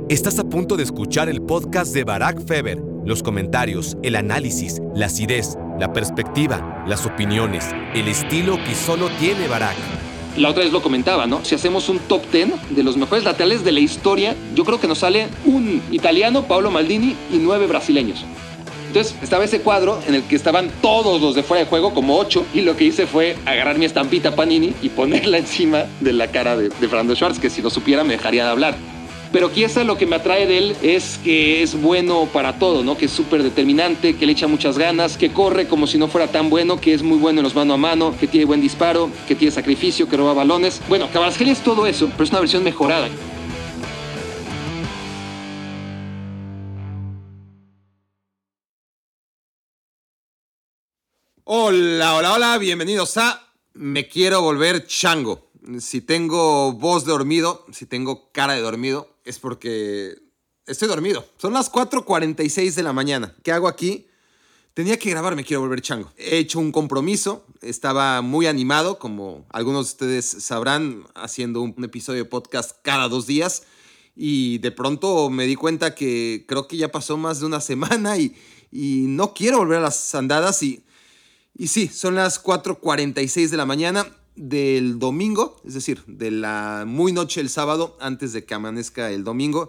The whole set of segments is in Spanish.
Estás a punto de escuchar el podcast de Barack Feber. Los comentarios, el análisis, la acidez, la perspectiva, las opiniones, el estilo que solo tiene Barack. La otra vez lo comentaba, ¿no? Si hacemos un top 10 de los mejores laterales de la historia, yo creo que nos sale un italiano, Paolo Maldini, y 9 brasileños. Entonces estaba ese cuadro en el que estaban todos los de fuera de juego, como 8, y lo que hice fue agarrar mi estampita Panini y ponerla encima de la cara de Fernando Schwartz, que si lo supiera me dejaría de hablar. Pero Chiesa, lo que me atrae de él es que es bueno para todo, ¿no? Que es súper determinante, que le echa muchas ganas, que corre como si no fuera tan bueno, que es muy bueno en los mano a mano, que tiene buen disparo, que tiene sacrificio, que roba balones. Bueno, Kvaratskhelia es todo eso, pero es una versión mejorada. Hola, bienvenidos a Me Quiero Volver Chango. Si tengo voz de dormido, si tengo cara de dormido, es porque estoy dormido. Son las 4:46 de la mañana. ¿Qué hago aquí? Tenía que grabar Me Quiero Volver Chango. He hecho un compromiso, estaba muy animado, como algunos de ustedes sabrán, haciendo un episodio de podcast cada 2 días. Y de pronto me di cuenta que creo que ya pasó más de una semana y no quiero volver a las andadas. Y sí, son las 4:46 de la mañana del domingo, es decir, de la muy noche del sábado antes de que amanezca el domingo.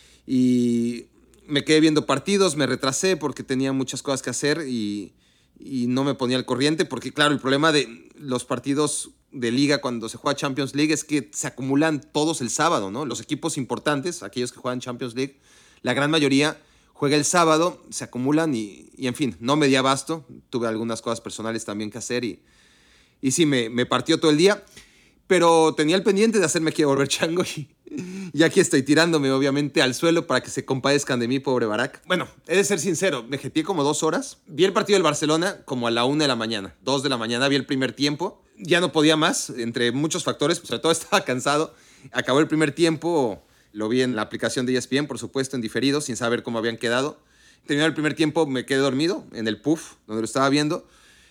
Y me quedé viendo partidos, me retrasé porque tenía muchas cosas que hacer y no me ponía al corriente porque, claro, el problema de los partidos de liga cuando se juega Champions League es que se acumulan todos el sábado, ¿no? Los equipos importantes, aquellos que juegan Champions League, la gran mayoría juega el sábado, se acumulan y en fin, no me di abasto. Tuve algunas cosas personales también que hacer y sí, me partió todo el día. Pero tenía el pendiente de hacerme Quiero Volver Chango y aquí estoy tirándome obviamente al suelo para que se compadezcan de mí, pobre Barack. Bueno, he de ser sincero, me jeteé como 2 horas. Vi el partido del Barcelona como a la 1 de la mañana, 2 de la mañana, vi el primer tiempo. Ya no podía más, entre muchos factores, sobre todo estaba cansado. Acabó el primer tiempo, lo vi en la aplicación de ESPN, por supuesto, en diferido, sin saber cómo habían quedado. Terminado el primer tiempo, me quedé dormido en el puff, donde lo estaba viendo.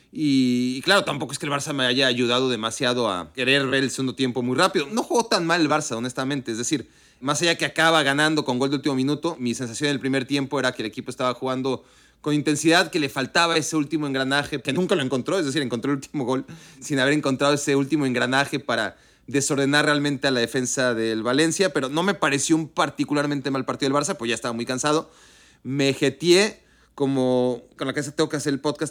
Y claro, tampoco es que el Barça me haya ayudado demasiado a querer ver el segundo tiempo muy rápido. No jugó tan mal el Barça, honestamente. Es decir, más allá que acaba ganando con gol de último minuto, mi sensación en el primer tiempo era que el equipo estaba jugando con intensidad, que le faltaba ese último engranaje, que nunca lo encontró. Es decir, encontró el último gol sin haber encontrado ese último engranaje para desordenar realmente a la defensa del Valencia. Pero no me pareció un particularmente mal partido del Barça, pues ya estaba muy cansado. Me jeteé como con la cabeza, tengo que hacer el podcast,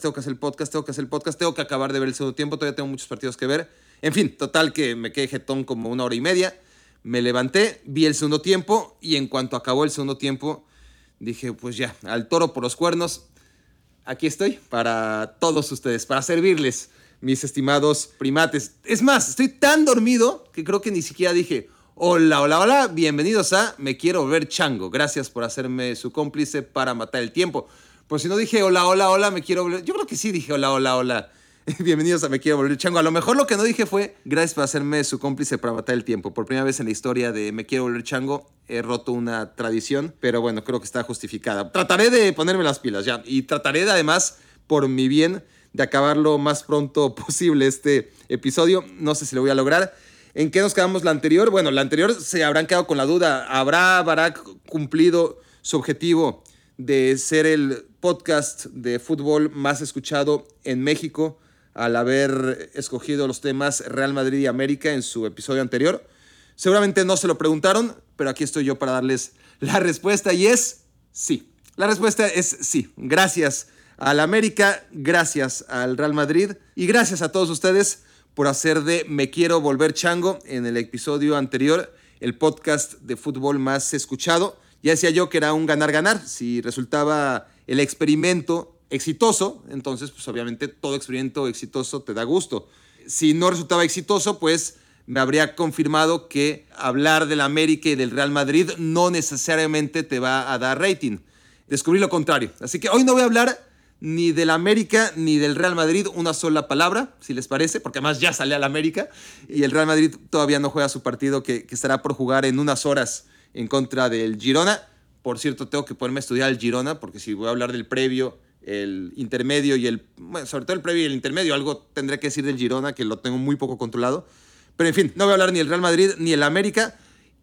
tengo que acabar de ver el segundo tiempo, todavía tengo muchos partidos que ver. En fin, total que me quedé jetón como 1 hora y media. Me levanté, vi el segundo tiempo y en cuanto acabó el segundo tiempo dije, pues ya, al toro por los cuernos. Aquí estoy para todos ustedes, para servirles, mis estimados primates. Es más, estoy tan dormido que creo que ni siquiera dije hola, bienvenidos a Me Quiero Volver Chango. Gracias por hacerme su cómplice para matar el tiempo. Pues si no dije hola, me quiero volver. Yo creo que sí dije hola. Bienvenidos a Me Quiero Volver Chango. A lo mejor lo que no dije fue gracias por hacerme su cómplice para matar el tiempo. Por primera vez en la historia de Me Quiero Volver Chango he roto una tradición, pero bueno, creo que está justificada. Trataré de ponerme las pilas ya y trataré de, además, por mi bien, de acabar lo más pronto posible este episodio. No sé si lo voy a lograr. ¿En qué nos quedamos la anterior? Bueno, la anterior se habrán quedado con la duda. ¿Habrá Barack cumplido su objetivo de ser el podcast de fútbol más escuchado en México al haber escogido los temas Real Madrid y América en su episodio anterior? Seguramente no se lo preguntaron, pero aquí estoy yo para darles la respuesta y es sí. La respuesta es sí. Gracias al América, gracias al Real Madrid y gracias a todos ustedes por hacer de Me Quiero Volver Chango en el episodio anterior el podcast de fútbol más escuchado. Ya decía yo que era un ganar-ganar. Si resultaba el experimento exitoso, entonces pues obviamente todo experimento exitoso te da gusto. Si no resultaba exitoso, pues me habría confirmado que hablar del América y del Real Madrid no necesariamente te va a dar rating. Descubrí lo contrario. Así que hoy no voy a hablar ni del América ni del Real Madrid una sola palabra, si les parece, porque además ya sale al América y el Real Madrid todavía no juega su partido que estará por jugar en unas horas en contra del Girona. Por cierto, tengo que ponerme a estudiar el Girona, porque si voy a hablar del previo, el intermedio y bueno, sobre todo el previo y el intermedio, algo tendré que decir del Girona, que lo tengo muy poco controlado. Pero en fin, no voy a hablar ni del Real Madrid ni del América.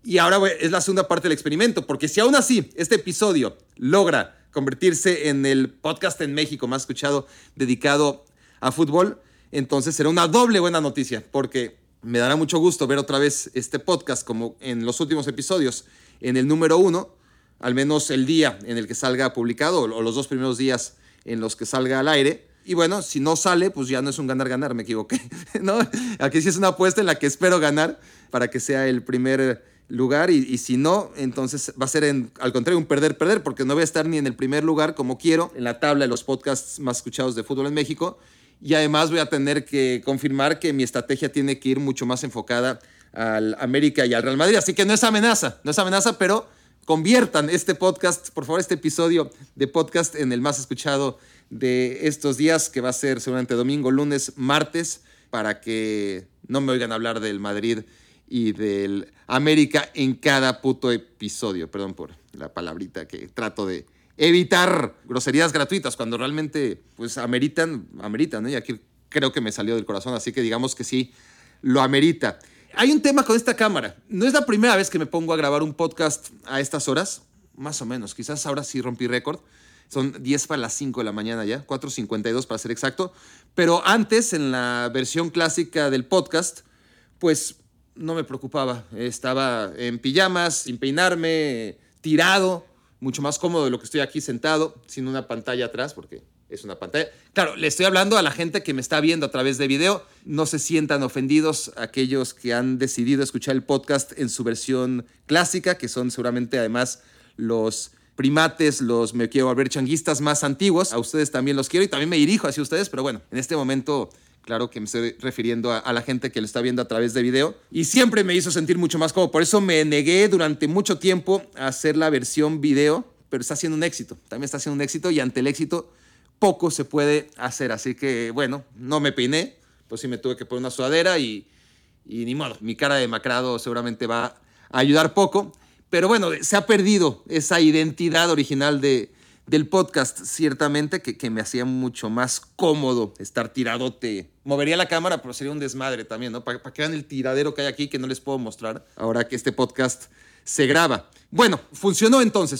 Y ahora es la segunda parte del experimento, porque si aún así este episodio logra convertirse en el podcast en México más escuchado dedicado a fútbol, entonces será una doble buena noticia, porque me dará mucho gusto ver otra vez este podcast como en los últimos episodios, en el número 1, al menos el día en el que salga publicado, o los 2 primeros días en los que salga al aire. Y bueno, si no sale, pues ya no es un ganar-ganar, me equivoqué, ¿no? Aquí sí es una apuesta en la que espero ganar para que sea el primer lugar, y si no, entonces va a ser al contrario un perder-perder, porque no voy a estar ni en el primer lugar como quiero en la tabla de los podcasts más escuchados de fútbol en México, y además voy a tener que confirmar que mi estrategia tiene que ir mucho más enfocada al América y al Real Madrid, así que no es amenaza, pero conviertan este podcast, por favor, este episodio de podcast en el más escuchado de estos días, que va a ser seguramente domingo, lunes, martes, para que no me oigan hablar del Madrid y del América en cada puto episodio. Perdón por la palabrita, que trato de evitar groserías gratuitas cuando realmente pues ameritan, ¿no? Y aquí creo que me salió del corazón, así que digamos que sí lo amerita. Hay un tema con esta cámara. No es la primera vez que me pongo a grabar un podcast a estas horas, más o menos. Quizás ahora sí rompí récord. Son 10 para las 5 de la mañana ya, 4:52 para ser exacto. Pero antes, en la versión clásica del podcast, pues no me preocupaba. Estaba en pijamas, sin peinarme, tirado, mucho más cómodo de lo que estoy aquí sentado, sin una pantalla atrás, porque es una pantalla. Claro, le estoy hablando a la gente que me está viendo a través de video. No se sientan ofendidos aquellos que han decidido escuchar el podcast en su versión clásica, que son seguramente además los primates, los me quiero volver changuistas más antiguos. A ustedes también los quiero y también me dirijo hacia ustedes, pero bueno, en este momento claro que me estoy refiriendo a la gente que lo está viendo a través de video, y siempre me hizo sentir mucho más cómodo. Por eso me negué durante mucho tiempo a hacer la versión video, pero está siendo un éxito. También está siendo un éxito, y ante el éxito poco se puede hacer. Así que bueno, no me peiné, pues sí me tuve que poner una sudadera y ni modo. Mi cara de demacrado seguramente va a ayudar poco, pero bueno, se ha perdido esa identidad original del podcast, ciertamente, que me hacía mucho más cómodo estar tiradote. Movería la cámara, pero sería un desmadre también, ¿no? Para que vean el tiradero que hay aquí, que no les puedo mostrar ahora que este podcast se graba. Bueno, funcionó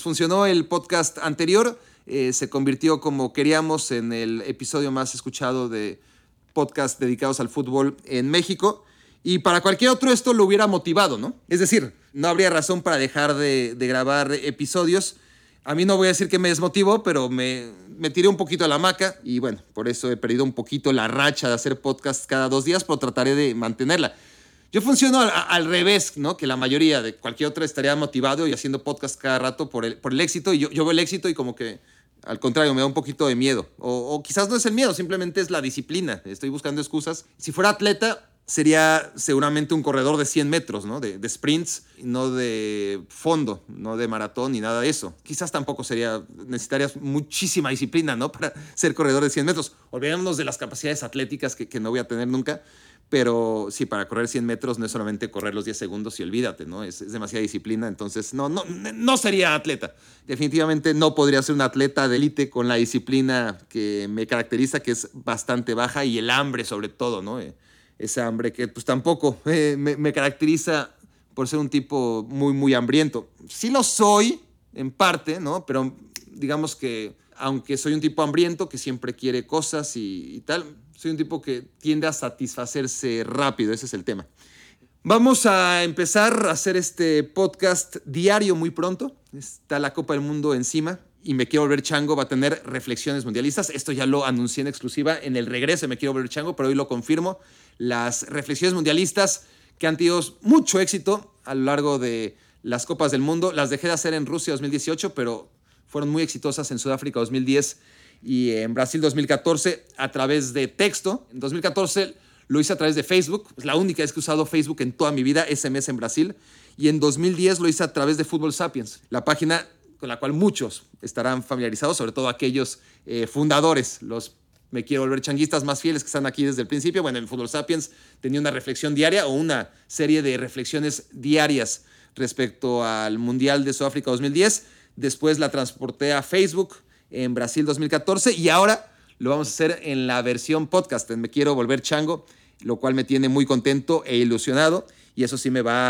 el podcast anterior. Se convirtió, como queríamos, en el episodio más escuchado de podcast dedicados al fútbol en México. Y para cualquier otro esto lo hubiera motivado, ¿no? Es decir, no habría razón para dejar de grabar episodios. A mí no voy a decir que me desmotivó, pero me tiré un poquito a la hamaca, y bueno, por eso he perdido un poquito la racha de hacer podcast cada 2 días, pero trataré de mantenerla. Yo funciono al revés, ¿no? Que la mayoría de cualquier otra estaría motivado y haciendo podcast cada rato por el éxito, y yo veo el éxito y como que al contrario me da un poquito de miedo. O quizás no es el miedo, simplemente es la disciplina. Estoy buscando excusas. Si fuera atleta, sería seguramente un corredor de 100 metros, ¿no? De sprints, no de fondo, no de maratón ni nada de eso. Quizás tampoco necesitarías muchísima disciplina, ¿no? Para ser corredor de 100 metros. Olvidémonos de las capacidades atléticas que no voy a tener nunca. Pero sí, para correr 100 metros no es solamente correr los 10 segundos y olvídate, ¿no? Es demasiada disciplina, entonces no sería atleta. Definitivamente no podría ser un atleta de élite con la disciplina que me caracteriza, que es bastante baja, y el hambre sobre todo, ¿no? Esa hambre que pues tampoco me caracteriza por ser un tipo muy, muy hambriento. Sí lo soy, en parte, ¿no? Pero digamos que aunque soy un tipo hambriento que siempre quiere cosas y tal, soy un tipo que tiende a satisfacerse rápido. Ese es el tema. Vamos a empezar a hacer este podcast diario muy pronto. Está la Copa del Mundo encima y Me Quiero Volver Chango va a tener reflexiones mundialistas. Esto ya lo anuncié en exclusiva en el regreso de Me Quiero Volver Chango, pero hoy lo confirmo. Las reflexiones mundialistas que han tenido mucho éxito a lo largo de las Copas del Mundo. Las dejé de hacer en Rusia 2018, pero fueron muy exitosas en Sudáfrica 2010 y en Brasil 2014 a través de texto. En 2014 lo hice a través de Facebook. Es la única vez que he usado Facebook en toda mi vida, SMS en Brasil. Y en 2010 lo hice a través de Fútbol Sapiens, la página con la cual muchos estarán familiarizados, sobre todo aquellos fundadores, los Me Quiero Volver Changuistas más fieles que están aquí desde el principio. Bueno, en Fútbol Sapiens tenía una reflexión diaria o una serie de reflexiones diarias respecto al Mundial de Sudáfrica 2010. Después la transporté a Facebook en Brasil 2014 y ahora lo vamos a hacer en la versión podcast, en Me Quiero Volver Chango, lo cual me tiene muy contento e ilusionado, y eso sí me va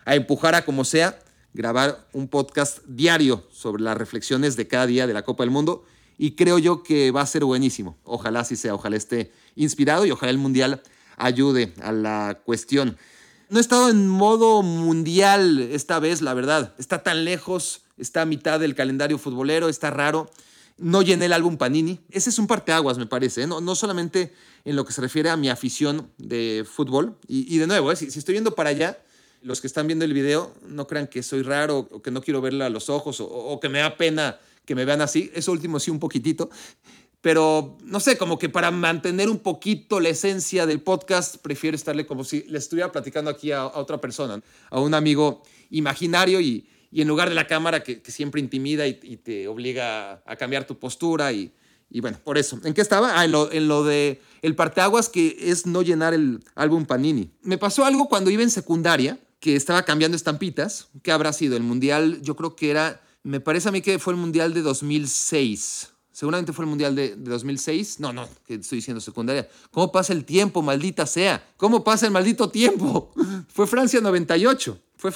a empujar a como sea, grabar un podcast diario sobre las reflexiones de cada día de la Copa del Mundo. Y creo yo que va a ser buenísimo. Ojalá así sea, ojalá esté inspirado y ojalá el Mundial ayude a la cuestión. No he estado en modo mundial esta vez, la verdad. Está tan lejos, está a mitad del calendario futbolero, está raro. No llené el álbum Panini. Ese es un parteaguas, me parece, ¿eh? No solamente en lo que se refiere a mi afición de fútbol. Y de nuevo, si estoy viendo para allá, los que están viendo el video no crean que soy raro o que no quiero verle a los ojos o que me da pena que me vean así. Eso último sí un poquitito. Pero, no sé, como que para mantener un poquito la esencia del podcast, prefiero estarle como si le estuviera platicando aquí a otra persona, a un amigo imaginario y en lugar de la cámara que siempre intimida y te obliga a cambiar tu postura y bueno, por eso. ¿En qué estaba? En lo de el parteaguas, que es no llenar el álbum Panini. Me pasó algo cuando iba en secundaria, que estaba cambiando estampitas. ¿Qué habrá sido? El Mundial, yo creo que me parece a mí que fue el Mundial de 2006. Seguramente fue el Mundial de 2006. No, que estoy diciendo secundaria. ¿Cómo pasa el tiempo, maldita sea? ¿Cómo pasa el maldito tiempo? Fue Francia 98.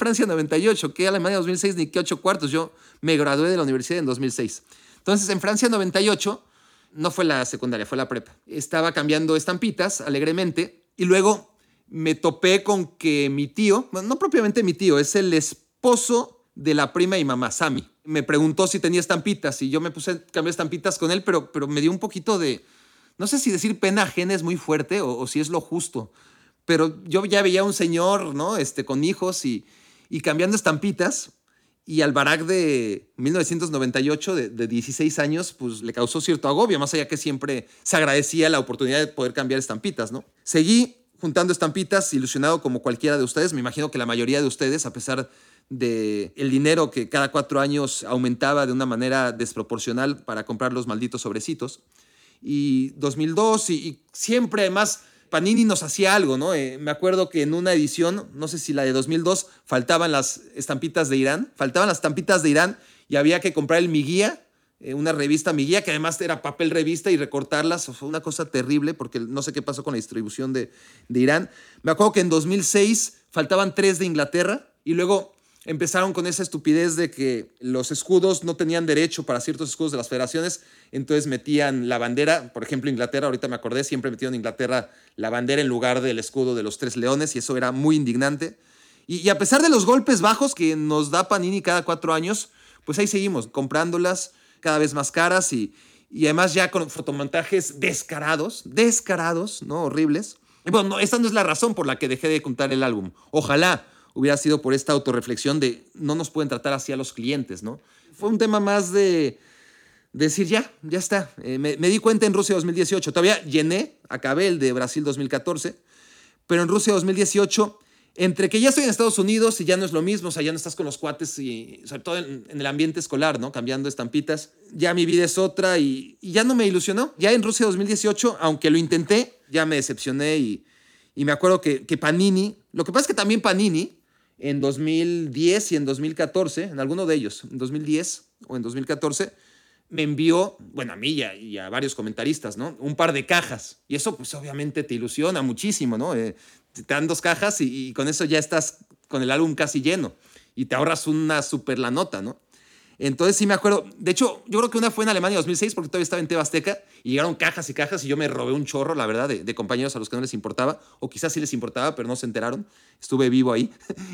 ¿Qué Alemania 2006 ni qué 8 cuartos? Yo me gradué de la universidad en 2006. Entonces, en Francia 98, no fue la secundaria, fue la prepa. Estaba cambiando estampitas alegremente y luego me topé con que mi tío, no propiamente mi tío, es el esposo de la prima y mamá, Sammy. Me preguntó si tenía estampitas y yo me puse a cambiar estampitas con él, pero me dio un poquito de, no sé si decir pena ajena es muy fuerte o si es lo justo, pero yo ya veía a un señor, ¿no? Con hijos y cambiando estampitas, y al Barak de 1998, de 16 años, pues le causó cierto agobio, más allá que siempre se agradecía la oportunidad de poder cambiar estampitas, ¿no? Seguí juntando estampitas, ilusionado como cualquiera de ustedes. Me imagino que la mayoría de ustedes, a pesar de el dinero que cada 4 años aumentaba de una manera desproporcional para comprar los malditos sobrecitos. Y 2002, y siempre además Panini nos hacía algo, ¿no? Me acuerdo que en una edición, no sé si la de 2002, faltaban las estampitas de Irán. Y había que comprar el Mi Guía, una revista Mi Guía, que además era papel revista, y recortarlas. Fue una cosa terrible porque no sé qué pasó con la distribución de Irán. Me acuerdo que en 2006 faltaban 3 de Inglaterra y luego empezaron con esa estupidez de que los escudos no tenían derecho para ciertos escudos de las federaciones, entonces metían la bandera. Por ejemplo, Inglaterra, ahorita me acordé, siempre metieron en Inglaterra la bandera en lugar del escudo de los 3 leones, y eso era muy indignante. Y a pesar de los golpes bajos que nos da Panini cada 4 años, pues ahí seguimos comprándolas cada vez más caras y además ya con fotomontajes descarados, ¿no? Horribles. Y bueno, esta no es la razón por la que dejé de juntar el álbum. Ojalá hubiera sido por esta autorreflexión de no nos pueden tratar así a los clientes, ¿no? Fue un tema más de decir ya está. Me di cuenta en Rusia 2018. Todavía acabé el de Brasil 2014, pero en Rusia 2018, entre que ya estoy en Estados Unidos y ya no es lo mismo, o sea, ya no estás con los cuates y sobre todo en el ambiente escolar, ¿no? Cambiando estampitas, ya mi vida es otra y ya no me ilusionó. Ya en Rusia 2018, aunque lo intenté, ya me decepcioné y me acuerdo que Panini, lo que pasa es que también Panini, en 2010 y en 2014, en alguno de ellos, en 2010 o en 2014, me envió, bueno, a mí y a varios comentaristas, ¿no? Un par de cajas. Y eso, pues, obviamente te ilusiona muchísimo, ¿no? Te dan 2 cajas y con eso ya estás con el álbum casi lleno. Y te ahorras una super la nota, ¿no? Entonces sí me acuerdo. De hecho, yo creo que una fue en Alemania 2006 porque todavía estaba en TV Azteca y llegaron cajas y cajas y yo me robé un chorro, la verdad, de compañeros a los que no les importaba, o quizás sí les importaba, pero no se enteraron. Estuve vivo ahí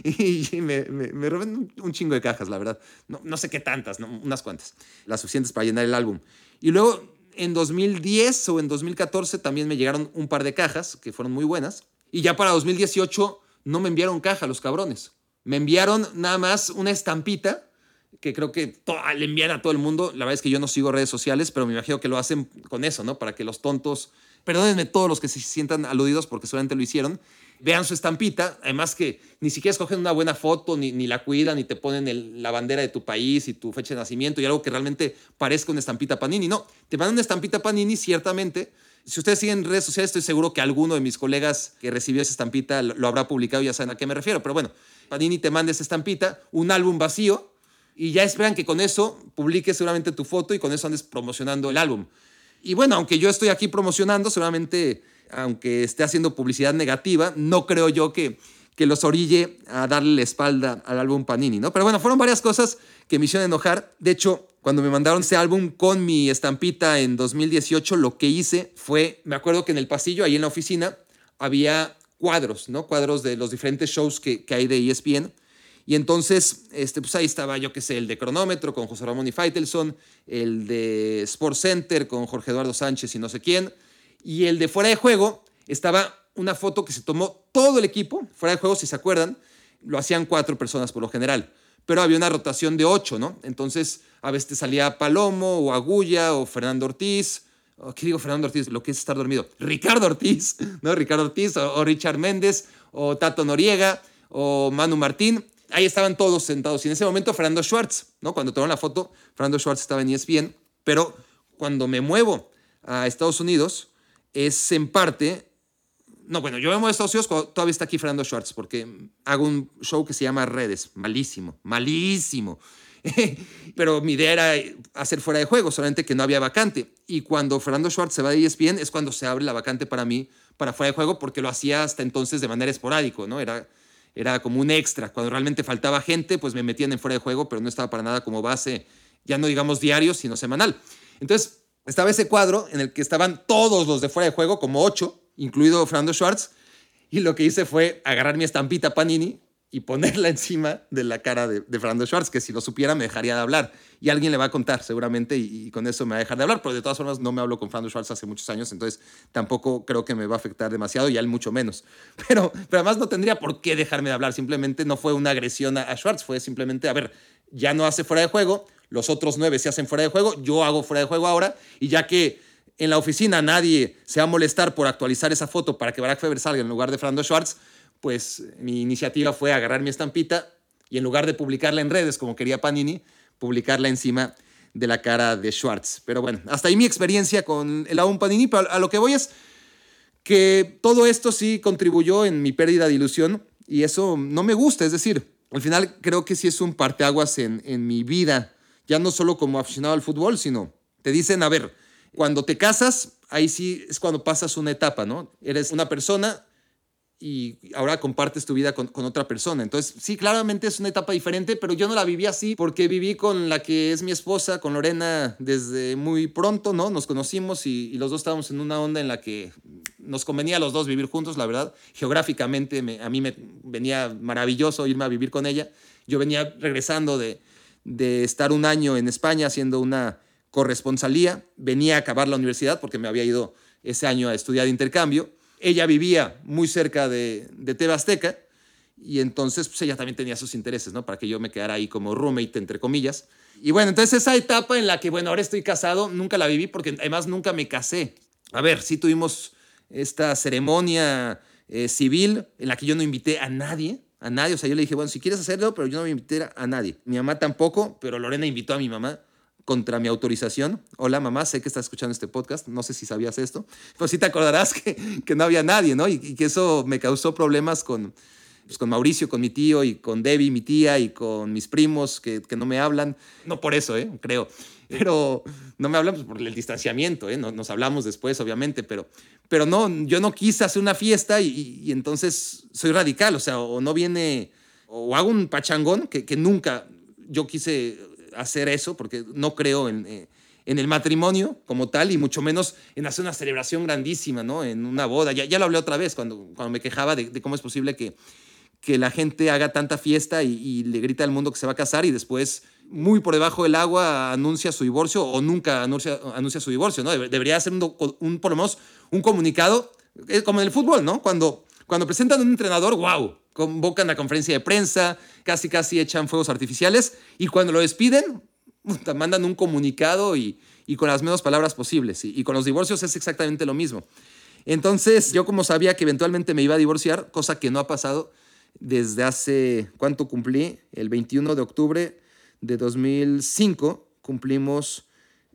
y me robé un chingo de cajas, la verdad. No sé qué tantas, ¿no? Unas cuantas. Las suficientes para llenar el álbum. Y luego en 2010 o en 2014 también me llegaron un par de cajas que fueron muy buenas. Y ya para 2018 no me enviaron caja los cabrones. Me enviaron nada más una estampita que creo que le envían a todo el mundo. La verdad es que yo no sigo redes sociales, pero me imagino que lo hacen con eso, ¿no? Para que los tontos, perdónenme todos los que se sientan aludidos porque seguramente lo hicieron, vean su estampita. Además que ni siquiera escogen una buena foto, ni la cuidan, ni te ponen la bandera de tu país y tu fecha de nacimiento y algo que realmente parezca una estampita Panini. No, te mandan una estampita Panini, ciertamente. Si ustedes siguen redes sociales, estoy seguro que alguno de mis colegas que recibió esa estampita lo habrá publicado y ya saben a qué me refiero. Pero bueno, Panini te manda esa estampita, un álbum vacío, y ya esperan que con eso publiques seguramente tu foto y con eso andes promocionando el álbum. Y bueno, aunque yo estoy aquí promocionando, seguramente, aunque esté haciendo publicidad negativa, no creo yo que que los orille a darle la espalda al álbum Panini, ¿no? Pero bueno, fueron varias cosas que me hicieron enojar. De hecho, cuando me mandaron ese álbum con mi estampita en 2018, lo que hice fue, me acuerdo que en el pasillo, ahí en la oficina, había cuadros, ¿no? Cuadros de los diferentes shows que hay de ESPN. Y entonces, pues ahí estaba, yo qué sé, el de Cronómetro con José Ramón y Faitelson, el de Sports Center con Jorge Eduardo Sánchez y no sé quién, y el de Fuera de Juego estaba una foto que se tomó todo el equipo. Fuera de Juego, si se acuerdan, lo hacían 4 personas por lo general, pero había una rotación de 8, ¿no? Entonces, a veces salía Palomo o Agulla o Fernando Ortiz. ¿Qué digo Fernando Ortiz? Lo que es estar dormido. Ricardo Ortiz, ¿no? Ricardo Ortiz o Richard Méndez o Tato Noriega o Manu Martín. Ahí estaban todos sentados. Y en ese momento Fernando Schwartz, ¿no? Cuando tomaron la foto, Fernando Schwartz estaba en ESPN. Pero cuando me muevo a Estados Unidos, es en parte... No, bueno, yo me muevo a Estados Unidos cuando todavía está aquí Fernando Schwartz, porque hago un show que se llama Redes. Malísimo, malísimo. Pero mi idea era hacer Fuera de Juego, solamente que no había vacante. Y cuando Fernando Schwartz se va de ESPN es cuando se abre la vacante para mí, para Fuera de Juego, porque lo hacía hasta entonces de manera esporádica, ¿no? Era como un extra. Cuando realmente faltaba gente, pues me metían en Fuera de Juego, pero no estaba para nada como base, ya no digamos diario, sino semanal. Entonces, estaba ese cuadro en el que estaban todos los de Fuera de Juego, como 8, incluido Fernando Schwartz, y lo que hice fue agarrar mi estampita Panini y ponerla encima de la cara de Fernando Schwartz, que si lo supiera me dejaría de hablar. Y alguien le va a contar seguramente y con eso me va a dejar de hablar, pero de todas formas no me hablo con Fernando Schwartz hace muchos años, entonces tampoco creo que me va a afectar demasiado y a él mucho menos. Pero además no tendría por qué dejarme de hablar, simplemente no fue una agresión a Schwartz, fue simplemente, a ver, ya no hace Fuera de Juego, los otros 9 se hacen Fuera de Juego, yo hago Fuera de Juego ahora, y ya que en la oficina nadie se va a molestar por actualizar esa foto para que Barack Feber salga en lugar de Fernando Schwartz, pues mi iniciativa fue agarrar mi estampita y en lugar de publicarla en redes como quería Panini, publicarla encima de la cara de Schwartz. Pero bueno, hasta ahí mi experiencia con el álbum Panini, pero a lo que voy es que todo esto sí contribuyó en mi pérdida de ilusión y eso no me gusta, es decir, al final creo que sí es un parteaguas en mi vida, ya no solo como aficionado al fútbol, sino te dicen, a ver, cuando te casas, ahí sí es cuando pasas una etapa, ¿no? Eres una persona y ahora compartes tu vida con otra persona. Entonces, sí, claramente es una etapa diferente, pero yo no la viví así porque viví con la que es mi esposa, con Lorena, desde muy pronto, ¿no? Nos conocimos y los dos estábamos en una onda en la que nos convenía a los dos vivir juntos, la verdad. Geográficamente a mí me venía maravilloso irme a vivir con ella. Yo venía regresando de estar un año en España haciendo una corresponsalía. Venía a acabar la universidad porque me había ido ese año a estudiar intercambio. Ella vivía muy cerca de TV Azteca y entonces pues ella también tenía sus intereses, ¿no? Para que yo me quedara ahí como roommate, entre comillas. Y bueno, entonces esa etapa en la que, bueno, ahora estoy casado, nunca la viví porque además nunca me casé. A ver, sí tuvimos esta ceremonia civil en la que yo no invité a nadie. O sea, yo le dije, bueno, si quieres hacerlo, pero yo no me invité a nadie. Mi mamá tampoco, pero Lorena invitó a mi mamá contra mi autorización. Hola, mamá, sé que estás escuchando este podcast, no sé si sabías esto, pero sí te acordarás que no había nadie, ¿no? Y que eso me causó problemas con Mauricio, con mi tío, y con Debbie, mi tía, y con mis primos que no me hablan. No por eso, creo. Pero no me hablan pues, por el distanciamiento, Nos hablamos después, obviamente, pero no, yo no quise hacer una fiesta y entonces soy radical, o sea, o no viene, o hago un pachangón que nunca yo quise hacer eso, porque no creo en el matrimonio como tal, y mucho menos en hacer una celebración grandísima, ¿no? En una boda. Ya lo hablé otra vez cuando me quejaba de cómo es posible que la gente haga tanta fiesta y le grita al mundo que se va a casar y después, muy por debajo del agua, anuncia su divorcio o nunca anuncia su divorcio, ¿no? Debería ser por lo menos un comunicado, como en el fútbol, ¿no? Cuando presentan a un entrenador, ¡wow!, convocan a conferencia de prensa, casi echan fuegos artificiales, y cuando lo despiden, mandan un comunicado y con las menos palabras posibles. Y con los divorcios es exactamente lo mismo. Entonces, yo como sabía que eventualmente me iba a divorciar, cosa que no ha pasado desde hace, ¿cuánto cumplí? El 21 de octubre de 2005 cumplimos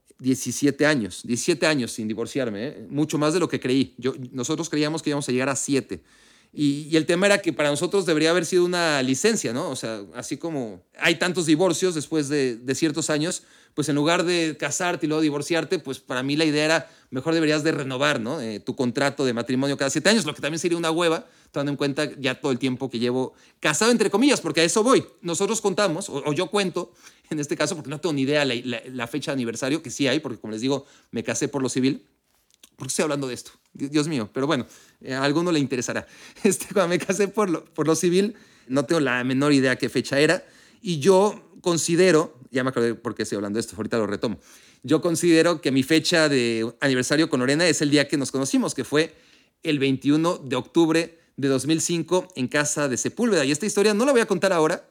17 años sin divorciarme, mucho más de lo que creí. Nosotros creíamos que íbamos a llegar a 7. Y el tema era que para nosotros debería haber sido una licencia, ¿no? O sea, así como hay tantos divorcios después de ciertos años, pues en lugar de casarte y luego divorciarte, pues para mí la idea era, mejor deberías de renovar, ¿no? Tu contrato de matrimonio cada 7 años, lo que también sería una hueva, tomando en cuenta ya todo el tiempo que llevo casado, entre comillas, porque a eso voy. Nosotros contamos, o yo cuento, en este caso, porque no tengo ni idea la fecha de aniversario, que sí hay, porque como les digo, me casé por lo civil. ¿Por qué estoy hablando de esto? Dios mío, pero bueno, a alguno le interesará. Cuando me casé por lo civil, no tengo la menor idea qué fecha era, y yo considero, ya me acordé por qué estoy hablando de esto, ahorita lo retomo, yo considero que mi fecha de aniversario con Lorena es el día que nos conocimos, que fue el 21 de octubre de 2005 en casa de Sepúlveda. Y esta historia no la voy a contar ahora,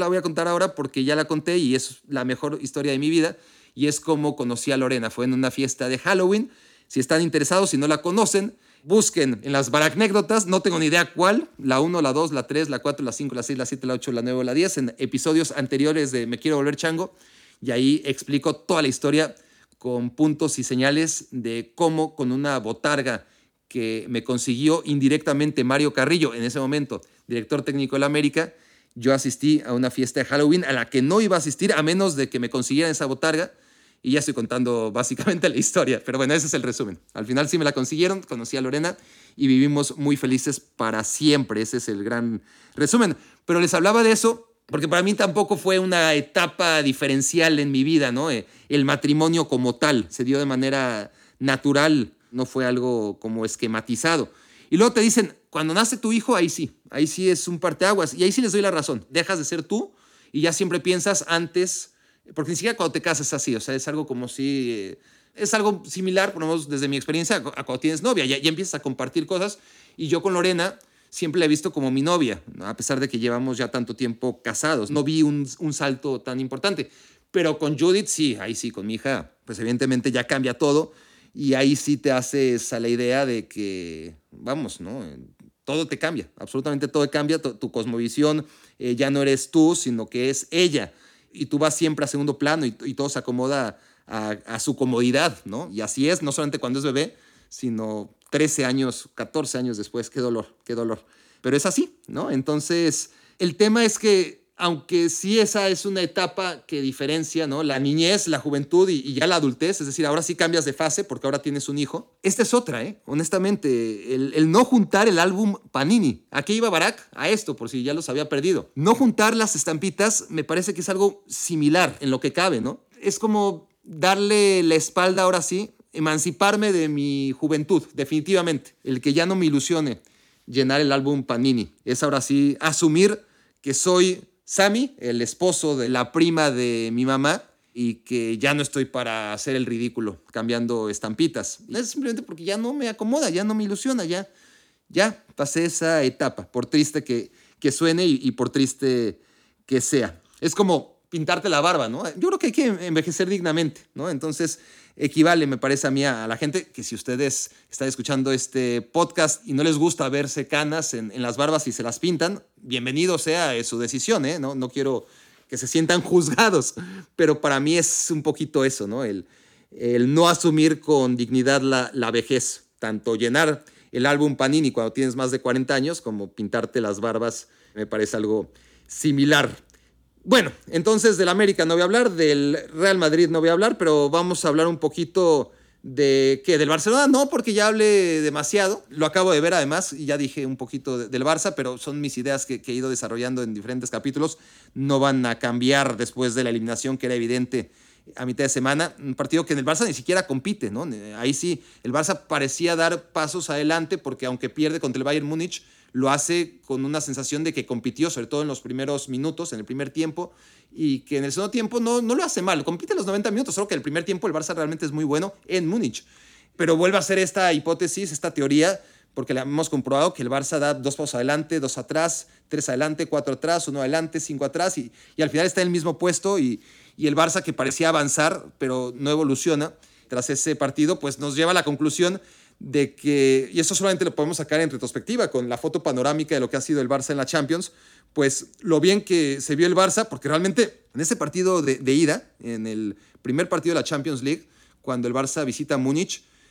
porque ya la conté y es la mejor historia de mi vida, y es como conocí a Lorena. Fue en una fiesta de Halloween. Si están interesados, si no la conocen, busquen en las Baracnécdotas, no tengo ni idea cuál, la 1, la 2, la 3, la 4, la 5, la 6, la 7, la 8, la 9 o la 10, en episodios anteriores de Me Quiero Volver Chango, y ahí explico toda la historia con puntos y señales de cómo con una botarga que me consiguió indirectamente Mario Carrillo, en ese momento director técnico de la América, yo asistí a una fiesta de Halloween a la que no iba a asistir a menos de que me consiguieran esa botarga. Y ya estoy contando básicamente la historia. Pero bueno, ese es el resumen. Al final sí me la consiguieron, conocí a Lorena y vivimos muy felices para siempre. Ese es el gran resumen. Pero les hablaba de eso porque para mí tampoco fue una etapa diferencial en mi vida, ¿no? El matrimonio como tal se dio de manera natural, no fue algo como esquematizado. Y luego te dicen, cuando nace tu hijo, ahí sí es un parteaguas. Y ahí sí les doy la razón. Dejas de ser tú y ya siempre piensas antes. Porque ni siquiera cuando te casas es así, o sea, es algo como si... es algo similar, por lo menos desde mi experiencia, a cuando tienes novia, ya empiezas a compartir cosas, y yo con Lorena siempre la he visto como mi novia, ¿no? A pesar de que llevamos ya tanto tiempo casados. No vi un salto tan importante, pero con Judith sí, ahí sí, con mi hija, pues evidentemente ya cambia todo, y ahí sí te haces a la idea de que, vamos, ¿no? Todo te cambia, absolutamente todo cambia, tu cosmovisión ya no eres tú, sino que es ella. Y tú vas siempre a segundo plano y todo se acomoda a su comodidad, ¿no? Y así es, no solamente cuando es bebé, sino 13 años, 14 años después. Qué dolor, qué dolor. Pero es así, ¿no? Entonces, el tema es que, aunque sí esa es una etapa que diferencia, ¿no? La niñez, la juventud y ya la adultez, es decir, ahora sí cambias de fase porque ahora tienes un hijo. Esta es otra, honestamente, el no juntar el álbum Panini. ¿A qué iba Barack? A esto, por si ya los había perdido. No juntar las estampitas me parece que es algo similar en lo que cabe, ¿no? Es como darle la espalda ahora sí, emanciparme de mi juventud, definitivamente. El que ya no me ilusione llenar el álbum Panini. Es ahora sí asumir que soy Sammy, el esposo de la prima de mi mamá, y que ya no estoy para hacer el ridículo cambiando estampitas. Es simplemente porque ya no me acomoda, ya no me ilusiona, ya pasé esa etapa, por triste que suene y por triste que sea. Es como pintarte la barba, ¿no? Yo creo que hay que envejecer dignamente, ¿no? Entonces equivale, me parece a mí, a la gente que si ustedes están escuchando este podcast y no les gusta verse canas en las barbas y se las pintan, bienvenido sea, es su decisión, ¿eh? No quiero que se sientan juzgados, pero para mí es un poquito eso, ¿no? El no asumir con dignidad la vejez, tanto llenar el álbum Panini cuando tienes más de 40 años como pintarte las barbas, me parece algo similar. Bueno, entonces del América no voy a hablar, del Real Madrid no voy a hablar, pero vamos a hablar un poquito de ¿qué? ¿Del Barcelona? No, porque ya hablé demasiado. Lo acabo de ver además y ya dije un poquito del Barça, pero son mis ideas que he ido desarrollando en diferentes capítulos. No van a cambiar después de la eliminación que era evidente a mitad de semana. Un partido que en el Barça ni siquiera compite, ¿no? Ahí sí, el Barça parecía dar pasos adelante porque aunque pierde contra el Bayern Múnich, lo hace con una sensación de que compitió, sobre todo en los primeros minutos, en el primer tiempo, y que en el segundo tiempo no lo hace mal. Compite los 90 minutos, solo que en el primer tiempo el Barça realmente es muy bueno en Múnich. Pero vuelve a ser esta hipótesis, esta teoría, porque le hemos comprobado que el Barça da 2 pasos adelante, 2 atrás, 3 adelante, 4 atrás, 1 adelante, 5 atrás, y al final está en el mismo puesto, y el Barça que parecía avanzar, pero no evoluciona, tras ese partido, pues nos lleva a la conclusión de que, y eso solamente lo podemos sacar en retrospectiva, con la foto panorámica de lo que ha sido el Barça en la Champions, pues lo bien que se vio el Barça, porque realmente en ese partido de ida, en el primer partido de la Champions League, cuando el Barça visita Múnich,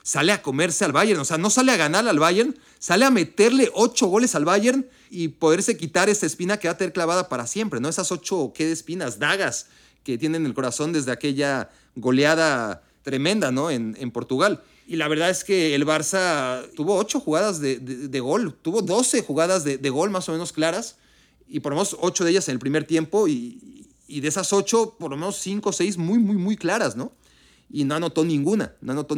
sale a comerse al Bayern. O sea, no sale a ganar al Bayern, sale a meterle 8 goles al Bayern y poderse quitar esa espina que va a tener clavada para siempre, ¿no? Esas 8, ¿qué espinas? Dagas que tienen en el corazón desde aquella goleada tremenda, ¿no? En Portugal. Y la verdad es que el Barça tuvo 8 jugadas de gol, tuvo 12 jugadas de gol más o menos claras, y por lo menos 8 de ellas en el primer tiempo, y de esas 8, por lo menos 5 o 6 muy, muy, muy claras, ¿no? Y no anotó ninguna,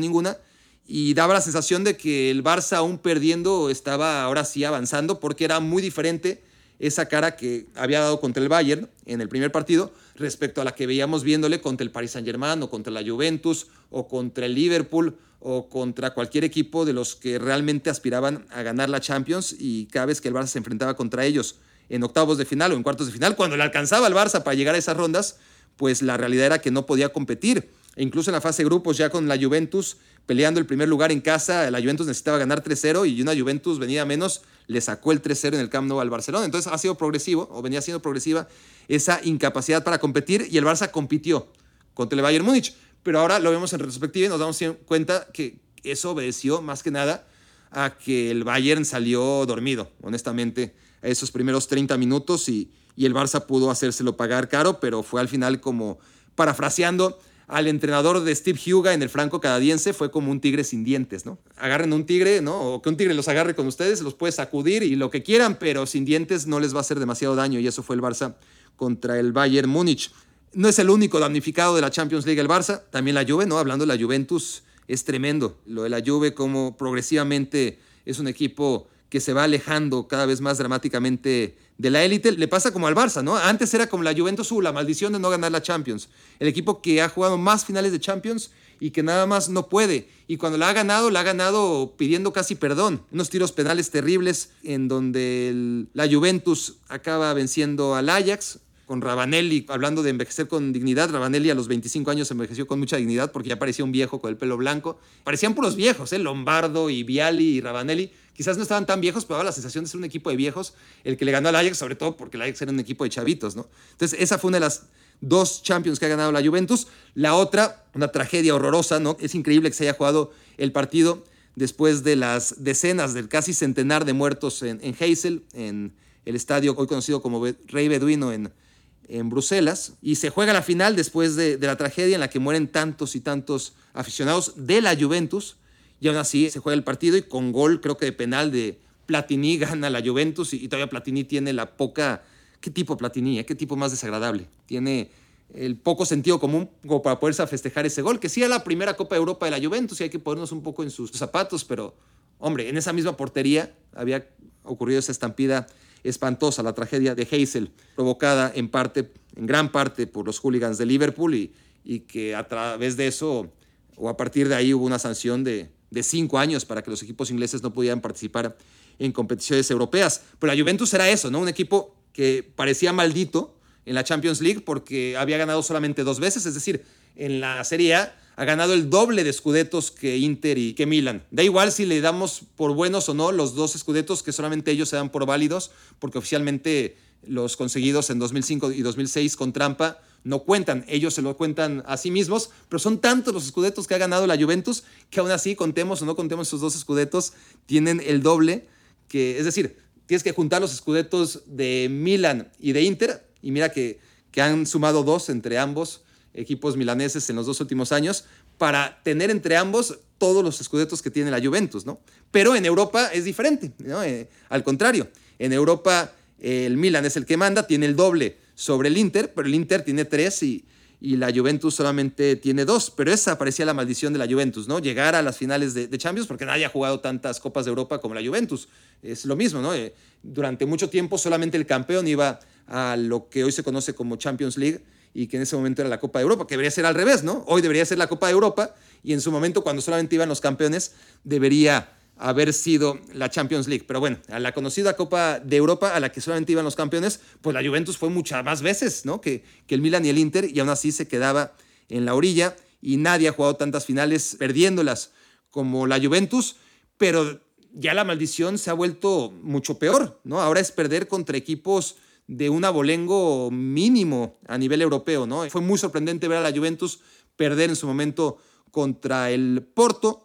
y daba la sensación de que el Barça, aún perdiendo, estaba ahora sí avanzando, porque era muy diferente esa cara que había dado contra el Bayern en el primer partido respecto a la que veíamos viéndole contra el Paris Saint-Germain o contra la Juventus o contra el Liverpool o contra cualquier equipo de los que realmente aspiraban a ganar la Champions, y cada vez que el Barça se enfrentaba contra ellos en octavos de final o en cuartos de final, cuando le alcanzaba al Barça para llegar a esas rondas, pues la realidad era que no podía competir. E incluso en la fase de grupos, ya con la Juventus peleando el primer lugar en casa, la Juventus necesitaba ganar 3-0 y una Juventus venida menos le sacó el 3-0 en el Camp Nou al Barcelona. Entonces ha sido progresivo, o venía siendo progresiva, esa incapacidad para competir, y el Barça compitió contra el Bayern Múnich. Pero ahora lo vemos en retrospectiva y nos damos cuenta que eso obedeció más que nada a que el Bayern salió dormido, honestamente, a esos primeros 30 minutos y el Barça pudo hacérselo pagar caro, pero fue al final, como parafraseando al entrenador de Steve Huga en el franco canadiense, fue como un tigre sin dientes, ¿no? Agarren un tigre, ¿no? O que un tigre los agarre con ustedes, los puede sacudir y lo que quieran, pero sin dientes no les va a hacer demasiado daño, y eso fue el Barça contra el Bayern Múnich. No es el único damnificado de la Champions League el Barça, también la Juve, ¿no? Hablando de la Juventus, es tremendo lo de la Juve, como progresivamente es un equipo que se va alejando cada vez más dramáticamente de la élite. Le pasa como al Barça, ¿no? Antes era como la Juventus, la maldición de no ganar la Champions. El equipo que ha jugado más finales de Champions y que nada más no puede. Y cuando la ha ganado pidiendo casi perdón. Unos tiros penales terribles en donde la Juventus acaba venciendo al Ajax, con Ravanelli, hablando de envejecer con dignidad. Ravanelli a los 25 años envejeció con mucha dignidad porque ya parecía un viejo con el pelo blanco. Parecían puros viejos, Lombardo y Vialli y Ravanelli. Quizás no estaban tan viejos, pero daba la sensación de ser un equipo de viejos el que le ganó al Ajax, sobre todo porque el Ajax era un equipo de chavitos, ¿no? Entonces esa fue una de las 2 Champions que ha ganado la Juventus. La otra, una tragedia horrorosa, ¿no? Es increíble que se haya jugado el partido después de las decenas, del casi centenar de muertos en Heysel, en el estadio hoy conocido como Rey Beduino en Bruselas, y se juega la final después de la tragedia en la que mueren tantos y tantos aficionados de la Juventus, y aún así se juega el partido y con gol, creo que de penal de Platini, gana la Juventus, y todavía Platini tiene la poca... ¿Qué tipo Platini? ¿Qué tipo más desagradable? Tiene el poco sentido común como para poderse a festejar ese gol, que sí era la primera Copa de Europa de la Juventus y hay que ponernos un poco en sus zapatos, pero hombre, en esa misma portería había ocurrido esa estampida espantosa, la tragedia de Heysel, provocada en gran parte por los hooligans de Liverpool, y que a través de eso, o a partir de ahí, hubo una sanción de 5 años para que los equipos ingleses no pudieran participar en competiciones europeas. Pero la Juventus era eso, ¿no? Un equipo que parecía maldito en la Champions League porque había ganado solamente 2 veces, es decir, en la Serie A ha ganado el doble de scudettos que Inter y que Milan. Da igual si le damos por buenos o no los 2 scudettos, que solamente ellos se dan por válidos, porque oficialmente los conseguidos en 2005 y 2006 con trampa no cuentan. Ellos se lo cuentan a sí mismos, pero son tantos los scudettos que ha ganado la Juventus que aún así, contemos o no contemos esos 2 scudettos, tienen el doble, es decir, tienes que juntar los scudettos de Milan y de Inter, y mira que han sumado 2 entre ambos equipos milaneses en los 2 últimos años, para tener entre ambos todos los scudettos que tiene la Juventus, ¿no? Pero en Europa es diferente, ¿no? Al contrario, en Europa el Milan es el que manda, tiene el doble sobre el Inter, pero el Inter tiene 3 y la Juventus solamente tiene 2, pero esa parecía la maldición de la Juventus, ¿no? Llegar a las finales de Champions, porque nadie ha jugado tantas Copas de Europa como la Juventus. Es lo mismo, ¿no? Durante mucho tiempo solamente el campeón iba a lo que hoy se conoce como Champions League, y que en ese momento era la Copa de Europa, que debería ser al revés, ¿no? Hoy debería ser la Copa de Europa, y en su momento, cuando solamente iban los campeones, debería haber sido la Champions League. Pero bueno, a la conocida Copa de Europa, a la que solamente iban los campeones, pues la Juventus fue muchas más veces, ¿no? Que el Milan y el Inter, y aún así se quedaba en la orilla, y nadie ha jugado tantas finales perdiéndolas como la Juventus, pero ya la maldición se ha vuelto mucho peor, ¿no? Ahora es perder contra equipos de un abolengo mínimo a nivel europeo, ¿no? Fue muy sorprendente ver a la Juventus perder en su momento contra el Porto,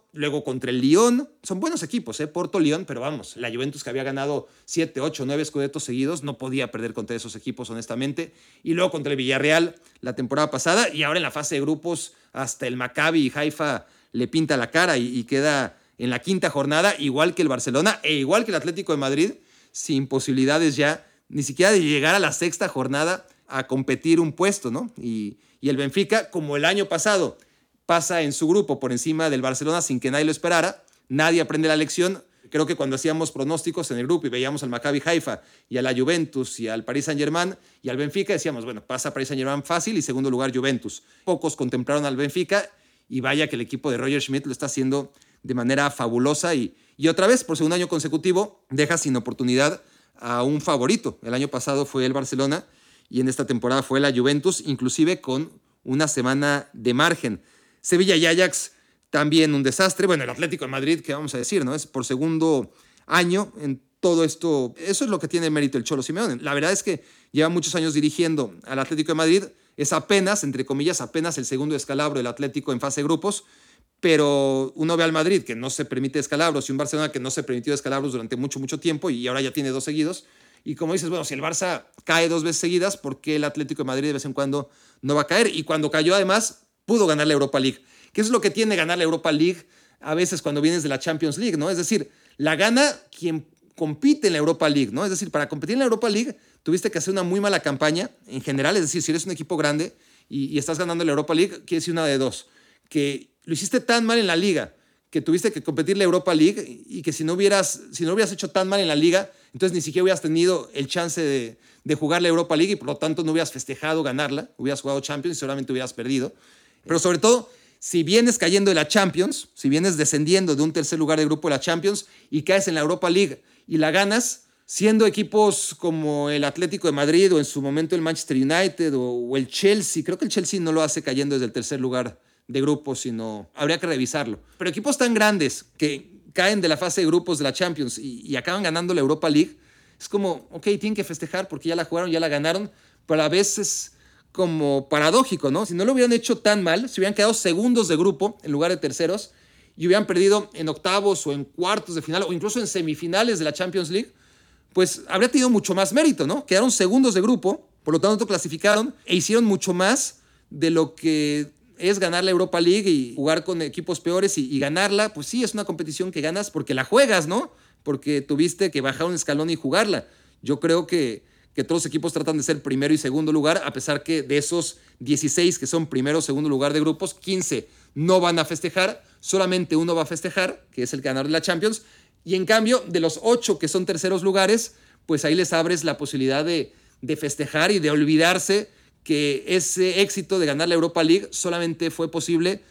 luego contra el Lyon. Son buenos equipos, Porto, Lyon, pero vamos, la Juventus que había ganado 7, 8, 9 scudettos seguidos no podía perder contra esos equipos, honestamente. Y luego contra el Villarreal la temporada pasada, y ahora en la fase de grupos hasta el Maccabi y Haifa le pinta la cara y queda en la quinta jornada, igual que el Barcelona e igual que el Atlético de Madrid, sin posibilidades ya ni siquiera de llegar a la sexta jornada a competir un puesto, ¿no? Y el Benfica, como el año pasado, pasa en su grupo por encima del Barcelona sin que nadie lo esperara. Nadie aprende la lección. Creo que cuando hacíamos pronósticos en el grupo y veíamos al Maccabi Haifa y a la Juventus y al Paris Saint-Germain y al Benfica, decíamos, bueno, pasa Paris Saint-Germain fácil y segundo lugar Juventus. Pocos contemplaron al Benfica y vaya que el equipo de Roger Schmidt lo está haciendo de manera fabulosa y otra vez, por segundo año consecutivo, deja sin oportunidad a un favorito. El año pasado fue el Barcelona y en esta temporada fue la Juventus, inclusive con una semana de margen. Sevilla y Ajax también un desastre. Bueno, el Atlético de Madrid, ¿qué vamos a decir? ¿No? Es por segundo año en todo esto. Eso es lo que tiene mérito el Cholo Simeone. La verdad es que lleva muchos años dirigiendo al Atlético de Madrid. Es apenas, entre comillas, apenas el segundo descalabro del Atlético en fase de grupos. Pero uno ve al Madrid que no se permite descalabros y un Barcelona que no se permitió descalabros durante mucho, mucho tiempo y ahora ya tiene 2 seguidos. Y como dices, bueno, si el Barça cae 2 veces seguidas, ¿por qué el Atlético de Madrid de vez en cuando no va a caer? Y cuando cayó, además, pudo ganar la Europa League. ¿Qué es lo que tiene ganar la Europa League a veces cuando vienes de la Champions League, ¿no? Es decir, la gana quien compite en la Europa League, ¿no? Es decir, para competir en la Europa League tuviste que hacer una muy mala campaña en general. Es decir, si eres un equipo grande y estás ganando la Europa League, quiere decir una de dos. Que lo hiciste tan mal en la Liga que tuviste que competir la Europa League y que si no hubieras hecho tan mal en la Liga, entonces ni siquiera hubieras tenido el chance de jugar la Europa League y por lo tanto no hubieras festejado ganarla, hubieras jugado Champions y seguramente hubieras perdido. Pero sobre todo, si vienes cayendo de la Champions, si vienes descendiendo de un tercer lugar de grupo de la Champions y caes en la Europa League y la ganas, siendo equipos como el Atlético de Madrid o en su momento el Manchester United o el Chelsea, creo que el Chelsea no lo hace cayendo desde el tercer lugar de grupos, sino habría que revisarlo. Pero equipos tan grandes que caen de la fase de grupos de la Champions y acaban ganando la Europa League, es como, ok, tienen que festejar porque ya la jugaron, ya la ganaron, pero a veces como paradójico, ¿no? Si no lo hubieran hecho tan mal, si hubieran quedado segundos de grupo en lugar de terceros y hubieran perdido en octavos o en cuartos de final o incluso en semifinales de la Champions League, pues habría tenido mucho más mérito, ¿no? Quedaron segundos de grupo, por lo tanto clasificaron e hicieron mucho más de lo que es ganar la Europa League y jugar con equipos peores y ganarla. Pues sí, es una competición que ganas porque la juegas, ¿no? Porque tuviste que bajar un escalón y jugarla. Yo creo que todos los equipos tratan de ser primero y segundo lugar, a pesar que de esos 16 que son primero o segundo lugar de grupos, 15 no van a festejar, solamente uno va a festejar, que es el ganador de la Champions, y en cambio, de los 8 que son terceros lugares, pues ahí les abres la posibilidad de festejar y de olvidarse que ese éxito de ganar la Europa League solamente fue posible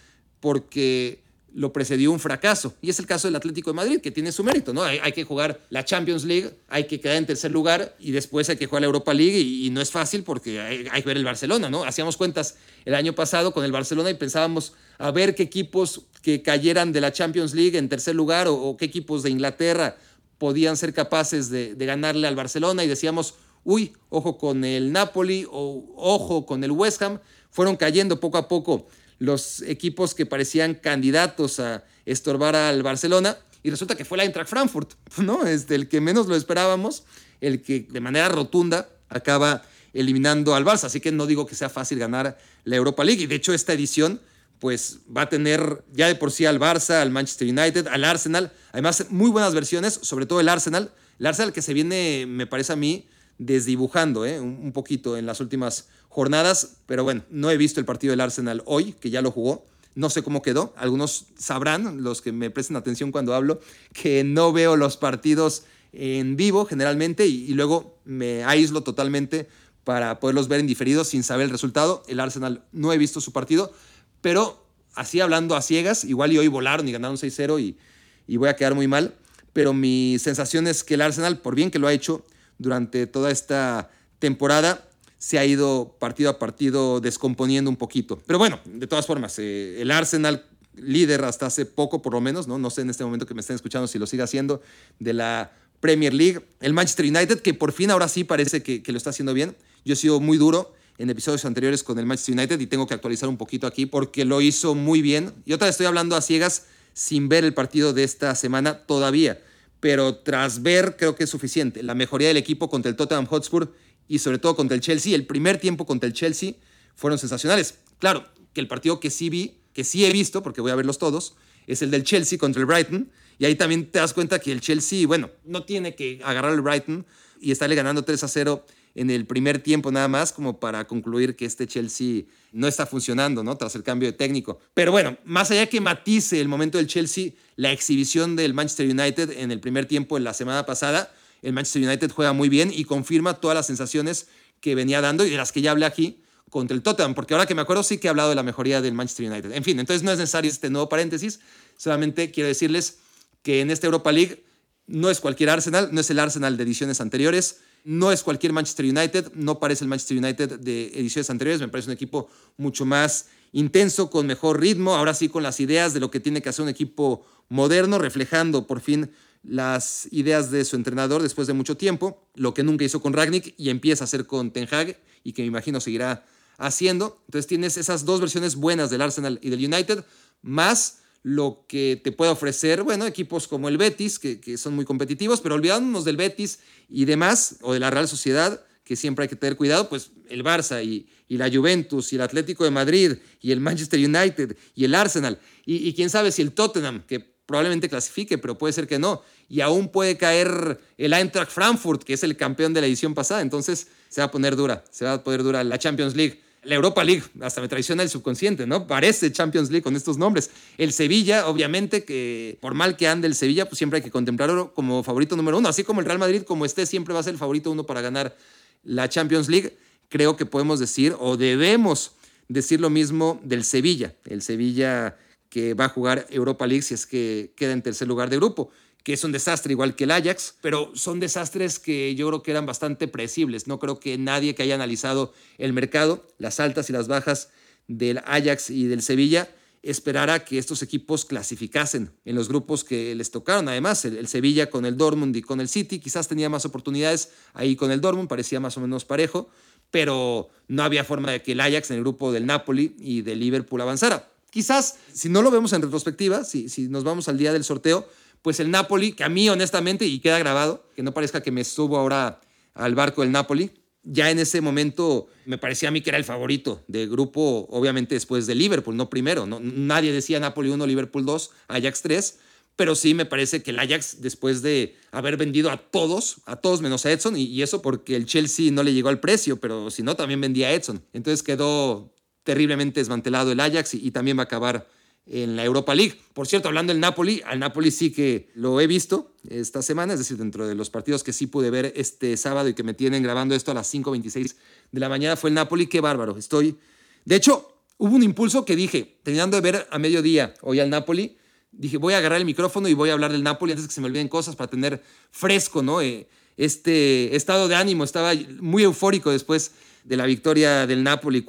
porque lo precedió un fracaso. Y es el caso del Atlético de Madrid, que tiene su mérito, ¿no? Hay que jugar la Champions League, hay que quedar en tercer lugar y después hay que jugar la Europa League y no es fácil porque hay que ver el Barcelona, ¿no? Hacíamos cuentas el año pasado con el Barcelona y pensábamos a ver qué equipos que cayeran de la Champions League en tercer lugar o qué equipos de Inglaterra podían ser capaces de ganarle al Barcelona y decíamos, uy, ojo con el Napoli o ojo con el West Ham. Fueron cayendo poco a poco los equipos que parecían candidatos a estorbar al Barcelona y resulta que fue el Eintracht Frankfurt, ¿no? El que menos lo esperábamos, el que de manera rotunda acaba eliminando al Barça. Así que no digo que sea fácil ganar la Europa League y de hecho esta edición pues va a tener ya de por sí al Barça, al Manchester United, al Arsenal, además muy buenas versiones, sobre todo el Arsenal que se viene, me parece a mí, desdibujando un poquito en las últimas jornadas, pero bueno, no he visto el partido del Arsenal hoy, que ya lo jugó, no sé cómo quedó, algunos sabrán, los que me presten atención cuando hablo, que no veo los partidos en vivo generalmente y luego me aíslo totalmente para poderlos ver en diferido sin saber el resultado. El Arsenal no he visto su partido, pero así hablando a ciegas, igual y hoy volaron y ganaron 6-0 y voy a quedar muy mal, pero mi sensación es que el Arsenal, por bien que lo ha hecho durante toda esta temporada, se ha ido partido a partido descomponiendo un poquito. Pero bueno, de todas formas, el Arsenal, líder hasta hace poco por lo menos, no sé en este momento que me estén escuchando si lo sigue haciendo, de la Premier League. El Manchester United, que por fin ahora sí parece que lo está haciendo bien. Yo he sido muy duro en episodios anteriores con el Manchester United y tengo que actualizar un poquito aquí porque lo hizo muy bien. Y otra vez estoy hablando a ciegas sin ver el partido de esta semana todavía, pero tras ver creo que es suficiente. La mejoría del equipo contra el Tottenham Hotspur y sobre todo contra el Chelsea, el primer tiempo contra el Chelsea fueron sensacionales. Claro, que el partido que sí vi, que sí he visto, porque voy a verlos todos, es el del Chelsea contra el Brighton, y ahí también te das cuenta que el Chelsea, bueno, no tiene que agarrar al Brighton y estarle ganando 3-0 en el primer tiempo nada más, como para concluir que este Chelsea no está funcionando, ¿no? Tras el cambio de técnico. Pero bueno, más allá que matice el momento del Chelsea, la exhibición del Manchester United en el primer tiempo de la semana pasada, el Manchester United juega muy bien y confirma todas las sensaciones que venía dando y de las que ya hablé aquí contra el Tottenham, porque ahora que me acuerdo sí que he hablado de la mejoría del Manchester United. En fin, entonces no es necesario este nuevo paréntesis, solamente quiero decirles que en esta Europa League no es cualquier Arsenal, no es el Arsenal de ediciones anteriores, no es cualquier Manchester United, no parece el Manchester United de ediciones anteriores, me parece un equipo mucho más intenso, con mejor ritmo, ahora sí con las ideas de lo que tiene que hacer un equipo moderno, reflejando por fin las ideas de su entrenador después de mucho tiempo, lo que nunca hizo con Rangnick y empieza a hacer con Ten Hag y que me imagino seguirá haciendo. Entonces tienes esas dos versiones buenas del Arsenal y del United, más lo que te puede ofrecer, bueno, equipos como el Betis, que son muy competitivos, pero olvidándonos del Betis y demás, o de la Real Sociedad, que siempre hay que tener cuidado, pues el Barça y la Juventus y el Atlético de Madrid y el Manchester United y el Arsenal y quién sabe si el Tottenham, que probablemente clasifique, pero puede ser que no, y aún puede caer el Eintracht Frankfurt, que es el campeón de la edición pasada, entonces se va a poner dura la Champions League. La Europa League, hasta me traiciona el subconsciente, ¿no? Parece Champions League con estos nombres. El Sevilla, obviamente, que por mal que ande el Sevilla, pues siempre hay que contemplarlo como favorito número 1. Así como el Real Madrid, como esté, siempre va a ser el favorito 1 para ganar la Champions League. Creo que podemos decir, o debemos decir lo mismo del Sevilla. El Sevilla que va a jugar Europa League si es que queda en tercer lugar de grupo, que es un desastre igual que el Ajax, pero son desastres que yo creo que eran bastante predecibles. No creo que nadie que haya analizado el mercado, las altas y las bajas del Ajax y del Sevilla, esperara que estos equipos clasificasen en los grupos que les tocaron. Además, el Sevilla con el Dortmund y con el City quizás tenía más oportunidades ahí con el Dortmund, parecía más o menos parejo, pero no había forma de que el Ajax en el grupo del Napoli y del Liverpool avanzara. Quizás, si no lo vemos en retrospectiva, si nos vamos al día del sorteo, pues el Napoli, que a mí honestamente, y queda grabado, que no parezca que me subo ahora al barco del Napoli, ya en ese momento me parecía a mí que era el favorito del grupo, obviamente después de Liverpool, no primero. No, nadie decía Napoli 1, Liverpool 2, Ajax 3, pero sí me parece que el Ajax, después de haber vendido a todos menos a Edson, y eso porque el Chelsea no le llegó al precio, pero si no, también vendía a Edson. Entonces quedó terriblemente desmantelado el Ajax y también va a acabar en la Europa League. Por cierto, hablando del Napoli, al Napoli sí que lo he visto esta semana, es decir, dentro de los partidos que sí pude ver este sábado y que me tienen grabando esto a las 5:26 de la mañana, fue el Napoli. Qué bárbaro. De hecho, hubo un impulso que dije, terminando de ver a mediodía hoy al Napoli, dije, voy a agarrar el micrófono y voy a hablar del Napoli antes que se me olviden cosas para tener fresco, ¿no? Este estado de ánimo. Estaba muy eufórico después de la victoria del Napoli,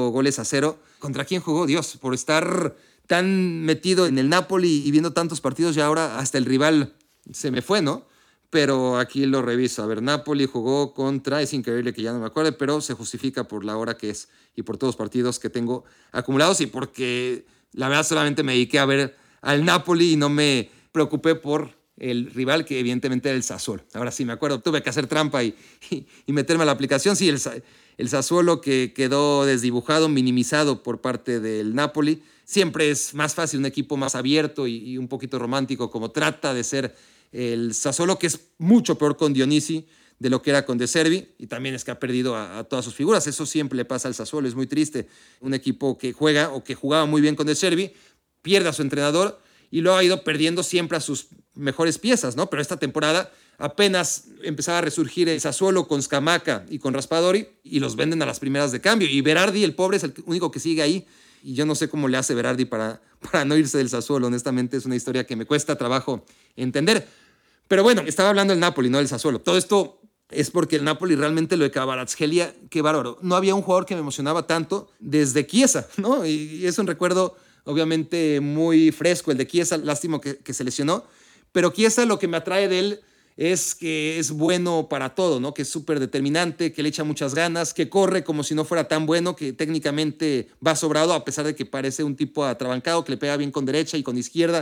4-0. ¿Contra quién jugó? Dios, por estar tan metido en el Napoli y viendo tantos partidos, ya ahora hasta el rival se me fue, ¿no? Pero aquí lo reviso. A ver, Napoli jugó contra, es increíble que ya no me acuerde, pero se justifica por la hora que es y por todos los partidos que tengo acumulados y porque la verdad solamente me dediqué a ver al Napoli y no me preocupé por el rival, que evidentemente era el Sassuolo. Ahora sí me acuerdo, tuve que hacer trampa y meterme a la aplicación. Sí, el Sassuolo que quedó desdibujado, minimizado por parte del Napoli. Siempre es más fácil un equipo más abierto y un poquito romántico, como trata de ser el Sassuolo, que es mucho peor con Dionisi de lo que era con De Zerbi, y también es que ha perdido a todas sus figuras. Eso siempre le pasa al Sassuolo, es muy triste. Un equipo que juega o que jugaba muy bien con De Zerbi, pierde a su entrenador y luego ha ido perdiendo siempre a sus mejores piezas, ¿no? Pero esta temporada apenas empezaba a resurgir el Sassuolo con Scamacca y con Raspadori y los venden a las primeras de cambio. Y Berardi, el pobre, es el único que sigue ahí. Y yo no sé cómo le hace Berardi para no irse del Sassuolo. Honestamente, es una historia que me cuesta trabajo entender. Pero bueno, estaba hablando del Napoli, no del Sassuolo. Todo esto es porque el Napoli realmente lo de Kvaratskhelia, qué bárbaro. No había un jugador que me emocionaba tanto desde Chiesa, ¿no? Y es un recuerdo obviamente muy fresco el de Chiesa. Lástima que se lesionó. Pero Chiesa, lo que me atrae de él es que es bueno para todo, ¿no? Que es súper determinante, que le echa muchas ganas, que corre como si no fuera tan bueno, que técnicamente va sobrado a pesar de que parece un tipo atrabancado, que le pega bien con derecha y con izquierda,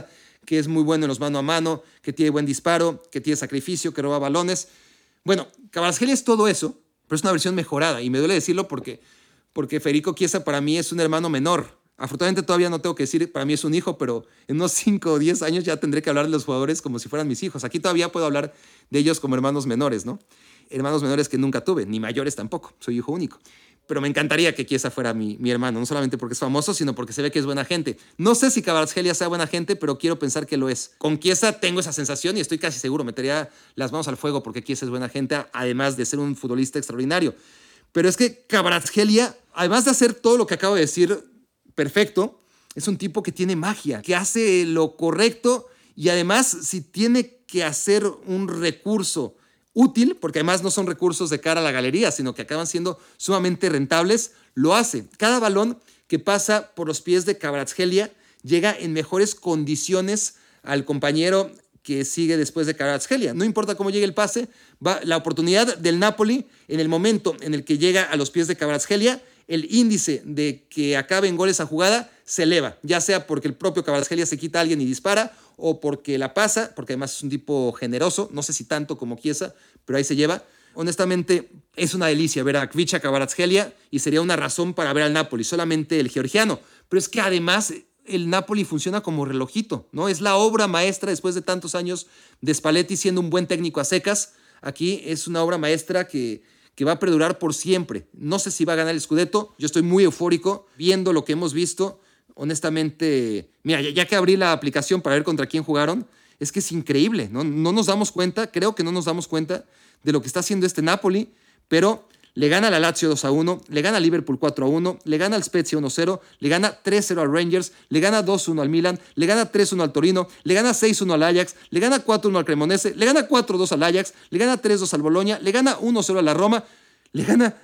que es muy bueno en los mano a mano, que tiene buen disparo, que tiene sacrificio, que roba balones. Bueno, Kvaratskhelia es todo eso, pero es una versión mejorada. Y me duele decirlo porque Federico Chiesa para mí es un hermano menor. Afortunadamente todavía no tengo que decir, para mí es un hijo, pero en unos 5 o 10 años ya tendré que hablar de los jugadores como si fueran mis hijos. Aquí todavía puedo hablar de ellos como hermanos menores, ¿no? Hermanos menores que nunca tuve, ni mayores tampoco, soy hijo único. Pero me encantaría que Chiesa fuera mi hermano, no solamente porque es famoso, sino porque se ve que es buena gente. No sé si Kvaratskhelia sea buena gente, pero quiero pensar que lo es. Con Chiesa tengo esa sensación y estoy casi seguro, metería las manos al fuego porque Chiesa es buena gente, además de ser un futbolista extraordinario. Pero es que Kvaratskhelia, además de hacer todo lo que acabo de decir perfecto, es un tipo que tiene magia, que hace lo correcto y además si tiene que hacer un recurso útil, porque además no son recursos de cara a la galería, sino que acaban siendo sumamente rentables, lo hace. Cada balón que pasa por los pies de Kvaratskhelia llega en mejores condiciones al compañero que sigue después de Kvaratskhelia. No importa cómo llegue el pase, la oportunidad del Napoli en el momento en el que llega a los pies de Kvaratskhelia, el índice de que acabe en goles a jugada se eleva, ya sea porque el propio Kvaratskhelia se quita a alguien y dispara o porque la pasa, porque además es un tipo generoso, no sé si tanto como Chiesa, pero ahí se lleva. Honestamente, es una delicia ver a Kvicha Kvaratskhelia y sería una razón para ver al Napoli, solamente el georgiano. Pero es que además el Napoli funciona como relojito, ¿no? Es la obra maestra después de tantos años de Spalletti siendo un buen técnico a secas. Aquí es una obra maestra que va a perdurar por siempre. No sé si va a ganar el Scudetto. Yo estoy muy eufórico viendo lo que hemos visto. Honestamente, mira, ya que abrí la aplicación para ver contra quién jugaron, es que es increíble, ¿no? No nos damos cuenta, creo que no nos damos cuenta de lo que está haciendo este Napoli, pero le gana a la Lazio 2-1, le gana a Liverpool 4-1, le gana al Spezia 1-0, le gana 3-0 al Rangers, le gana 2-1 al Milan, le gana 3-1 al Torino, le gana 6-1 al Ajax, le gana 4-1 al Cremonese, le gana 4-2 al Ajax, le gana 3-2 al Bologna, le gana 1-0 a la Roma, le gana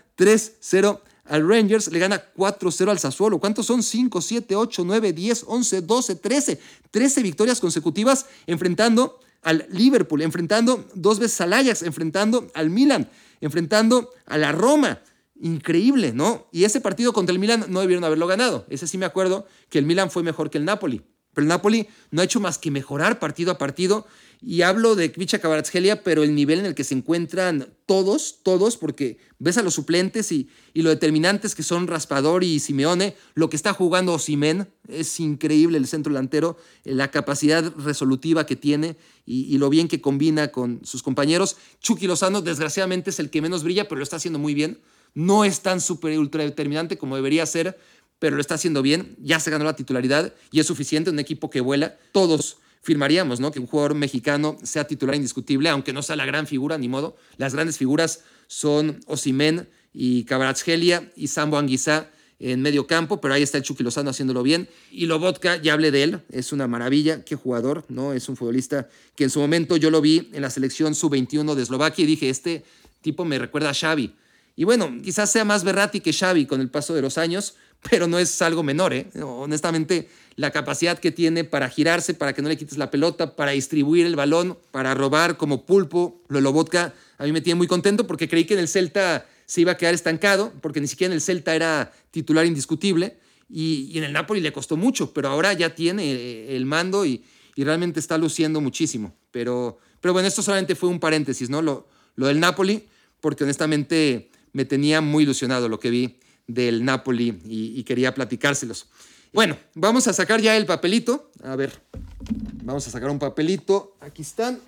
3-0 al Rangers, le gana 4-0 al Sassuolo. ¿Cuántos son? 5, 7, 8, 9, 10, 11, 12, 13. 13 victorias consecutivas enfrentando al Liverpool, enfrentando 2 veces al Ajax, enfrentando al Milan, enfrentando a la Roma. Increíble, ¿no? Y ese partido contra el Milan no debieron haberlo ganado. Ese sí me acuerdo que el Milan fue mejor que el Napoli. Pero el Napoli no ha hecho más que mejorar partido a partido. Y hablo de Kvicha Kvaratskhelia, pero el nivel en el que se encuentran todos, porque ves a los suplentes y lo determinantes que son Raspadori y Simeone, lo que está jugando Osimhen, es increíble el centro delantero, la capacidad resolutiva que tiene y lo bien que combina con sus compañeros. Chucky Lozano, desgraciadamente, es el que menos brilla, pero lo está haciendo muy bien. No es tan súper ultra determinante como debería ser, pero lo está haciendo bien. Ya se ganó la titularidad y es suficiente, un equipo que vuela. Todos firmaríamos, ¿no?, que un jugador mexicano sea titular indiscutible, aunque no sea la gran figura, ni modo. Las grandes figuras son Osimhen y Kvaratskhelia y Sambo Anguissa en medio campo, pero ahí está el Chucky Lozano haciéndolo bien. Y Lobotka, ya hablé de él, es una maravilla, qué jugador, ¿no? Es un futbolista que en su momento yo lo vi en la selección sub-21 de Eslovaquia y dije, este tipo me recuerda a Xavi. Y bueno, quizás sea más Verratti que Xavi con el paso de los años, pero no es algo menor, ¿eh? Honestamente, la capacidad que tiene para girarse, para que no le quites la pelota, para distribuir el balón, para robar como pulpo, lo de Lobotka a mí me tiene muy contento porque creí que en el Celta se iba a quedar estancado, porque ni siquiera en el Celta era titular indiscutible y en el Napoli le costó mucho, pero ahora ya tiene el mando y realmente está luciendo muchísimo. Pero bueno, esto solamente fue un paréntesis, ¿no? Lo del Napoli, porque honestamente me tenía muy ilusionado lo que vi del Napoli y quería platicárselos. Bueno, vamos a sacar ya el papelito. A ver, vamos a sacar un papelito. Aquí están.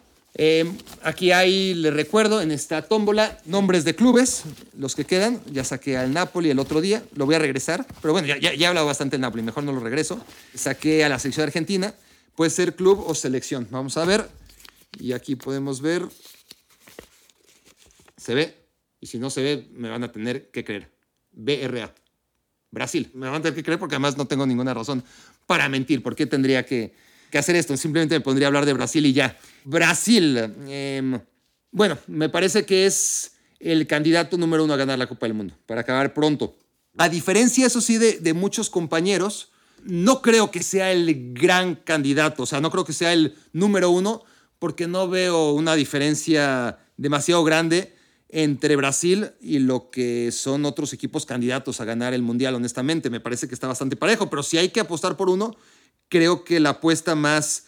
Aquí hay, les recuerdo, en esta tómbola, nombres de clubes, los que quedan. Ya saqué al Napoli el otro día, lo voy a regresar. Pero bueno, ya he hablado bastante del Napoli, mejor no lo regreso. Saqué a la selección argentina. Puede ser club o selección. Vamos a ver. Y aquí podemos ver. ¿Se ve? Y si no se ve, me van a tener que creer. BRA. Brasil. Me van a tener que creer porque además no tengo ninguna razón para mentir. ¿Por qué tendría que hacer esto? Simplemente me pondría a hablar de Brasil y ya. Brasil. Bueno, me parece que es el candidato número 1 a ganar la Copa del Mundo, para acabar pronto. A diferencia, eso sí, de muchos compañeros, no creo que sea el gran candidato. O sea, no creo que sea el número 1 porque no veo una diferencia demasiado grande entre Brasil y lo que son otros equipos candidatos a ganar el Mundial, honestamente. Me parece que está bastante parejo, pero si hay que apostar por uno, creo que la apuesta más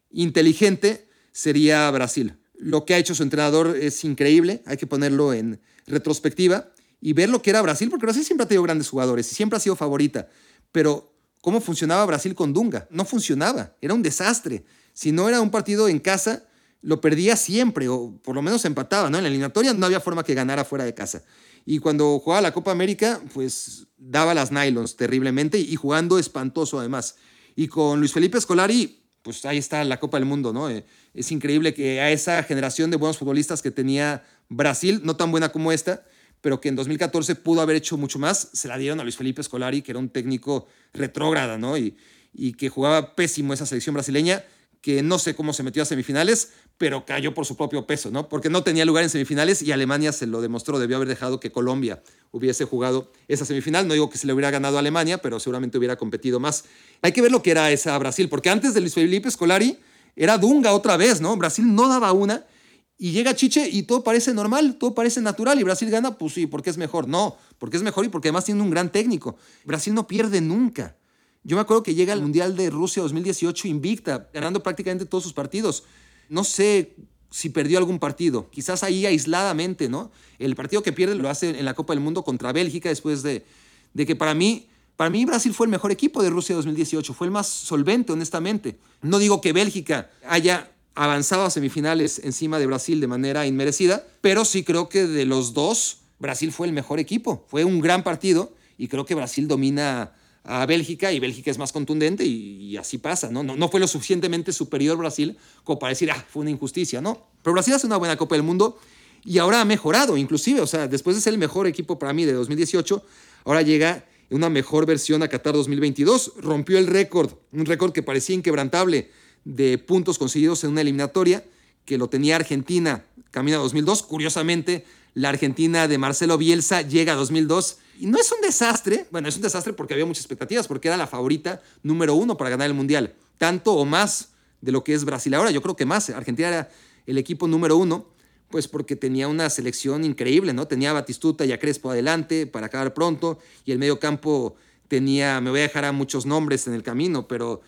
inteligente sería Brasil. Lo que ha hecho su entrenador es increíble, hay que ponerlo en retrospectiva y ver lo que era Brasil, porque Brasil siempre ha tenido grandes jugadores y siempre ha sido favorita, pero ¿cómo funcionaba Brasil con Dunga? No funcionaba, era un desastre. Si no era un partido en casa, lo perdía siempre, o por lo menos empataba, ¿no? En la eliminatoria no había forma que ganara fuera de casa. Y cuando jugaba la Copa América, pues daba las nylons terriblemente y jugando espantoso además. Y con Luis Felipe Scolari, pues ahí está la Copa del Mundo, ¿no? Es increíble que a esa generación de buenos futbolistas que tenía Brasil, no tan buena como esta, pero que en 2014 pudo haber hecho mucho más, se la dieron a Luis Felipe Scolari, que era un técnico retrógrada, ¿no? Y que jugaba pésimo esa selección brasileña, que no sé cómo se metió a semifinales, pero cayó por su propio peso, ¿no? Porque no tenía lugar en semifinales y Alemania se lo demostró, debió haber dejado que Colombia hubiese jugado esa semifinal. No digo que se le hubiera ganado a Alemania, pero seguramente hubiera competido más. Hay que ver lo que era esa Brasil, porque antes de Luis Felipe Scolari era Dunga otra vez, ¿no? Brasil no daba una y llega Chiche y todo parece normal, todo parece natural y Brasil gana, pues sí, porque es mejor. No, porque es mejor y porque además tiene un gran técnico. Brasil no pierde nunca. Yo me acuerdo que llega al Mundial de Rusia 2018 invicta, ganando prácticamente todos sus partidos. No sé si perdió algún partido, quizás ahí aisladamente, ¿no? El partido que pierde lo hace en la Copa del Mundo contra Bélgica después de que para mí Brasil fue el mejor equipo de Rusia 2018, fue el más solvente, honestamente. No digo que Bélgica haya avanzado a semifinales encima de Brasil de manera inmerecida, pero sí creo que de los dos, Brasil fue el mejor equipo. Fue un gran partido y creo que Brasil domina a Bélgica y Bélgica es más contundente y así pasa, ¿no? No fue lo suficientemente superior Brasil como para decir, fue una injusticia, ¿no? Pero Brasil hace una buena Copa del Mundo y ahora ha mejorado inclusive, o sea, después de ser el mejor equipo para mí de 2018, ahora llega en una mejor versión a Qatar 2022, rompió el récord, un récord que parecía inquebrantable de puntos conseguidos en una eliminatoria, que lo tenía Argentina camino a 2002, curiosamente la Argentina de Marcelo Bielsa llega a 2002 y no es un desastre, bueno, es un desastre porque había muchas expectativas, porque era la favorita número 1 para ganar el Mundial, tanto o más de lo que es Brasil ahora, yo creo que más, Argentina era el equipo número 1, pues porque tenía una selección increíble, ¿no? Tenía a Batistuta y a Crespo adelante para acabar pronto, y el medio campo tenía, me voy a dejar a muchos nombres en el camino, pero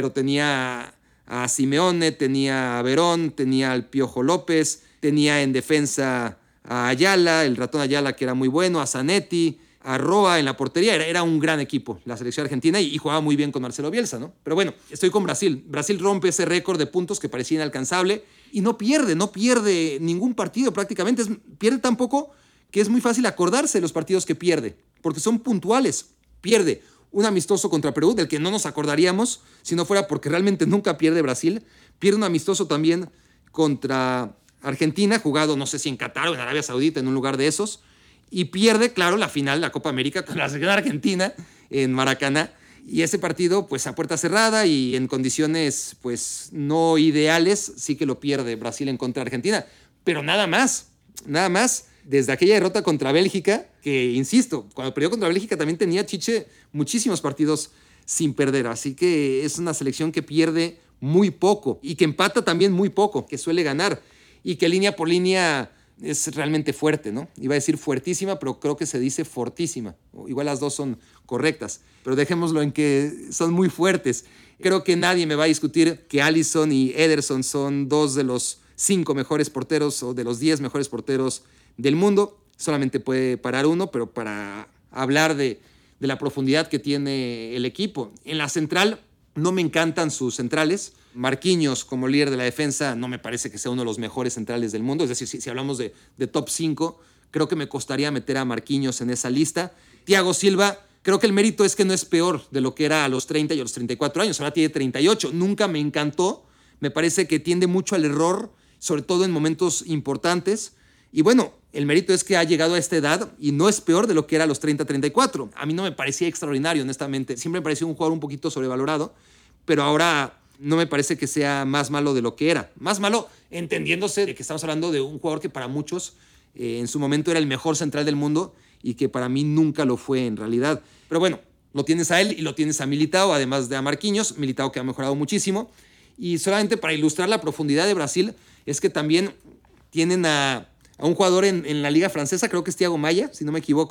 tenía a Simeone, tenía a Verón, tenía al Piojo López, tenía en defensa a Ayala, el ratón Ayala que era muy bueno, a Zanetti, a Roa en la portería. Era un gran equipo la selección argentina y jugaba muy bien con Marcelo Bielsa, ¿no? Pero bueno, estoy con Brasil. Brasil rompe ese récord de puntos que parecía inalcanzable y no pierde ningún partido prácticamente. Pierde tan poco que es muy fácil acordarse de los partidos que pierde, porque son puntuales. Pierde un amistoso contra Perú, del que no nos acordaríamos si no fuera porque realmente nunca pierde Brasil. Pierde un amistoso también contra Argentina, jugado no sé si en Qatar o en Arabia Saudita, en un lugar de esos. Y pierde, claro, la final, la Copa América con la selección argentina en Maracaná. Y ese partido, pues a puerta cerrada y en condiciones, pues no ideales, sí que lo pierde Brasil en contra de Argentina. Pero nada más. Desde aquella derrota contra Bélgica, que insisto, cuando perdió contra Bélgica también tenía Chiche muchísimos partidos sin perder. Así que es una selección que pierde muy poco y que empata también muy poco, que suele ganar y que línea por línea es realmente fuerte, ¿no? Iba a decir fuertísima, pero creo que se dice fortísima. Igual las dos son correctas, pero dejémoslo en que son muy fuertes. Creo que nadie me va a discutir que Alisson y Ederson son dos de los 5 mejores porteros o de los 10 mejores porteros del mundo. Solamente puede parar uno, pero para hablar de la profundidad que tiene el equipo. En la central no me encantan sus centrales. Marquinhos, como líder de la defensa, no me parece que sea uno de los mejores centrales del mundo. Es decir, si hablamos de top 5, creo que me costaría meter a Marquinhos en esa lista. Thiago Silva, creo que el mérito es que no es peor de lo que era a los 30 y a los 34 años. Ahora tiene 38. Nunca me encantó. Me parece que tiende mucho al error, sobre todo en momentos importantes. Y bueno, el mérito es que ha llegado a esta edad y no es peor de lo que era a los 30-34. A mí no me parecía extraordinario, honestamente. Siempre me pareció un jugador un poquito sobrevalorado, pero ahora no me parece que sea más malo de lo que era. Más malo entendiéndose de que estamos hablando de un jugador que para muchos en su momento era el mejor central del mundo y que para mí nunca lo fue en realidad. Pero bueno, lo tienes a él y lo tienes a Militao, además de a Marquinhos. Militao que ha mejorado muchísimo. Y solamente para ilustrar la profundidad de Brasil es que también tienen a un jugador en la liga francesa, creo que es Thiago Maya, si no me equivoco,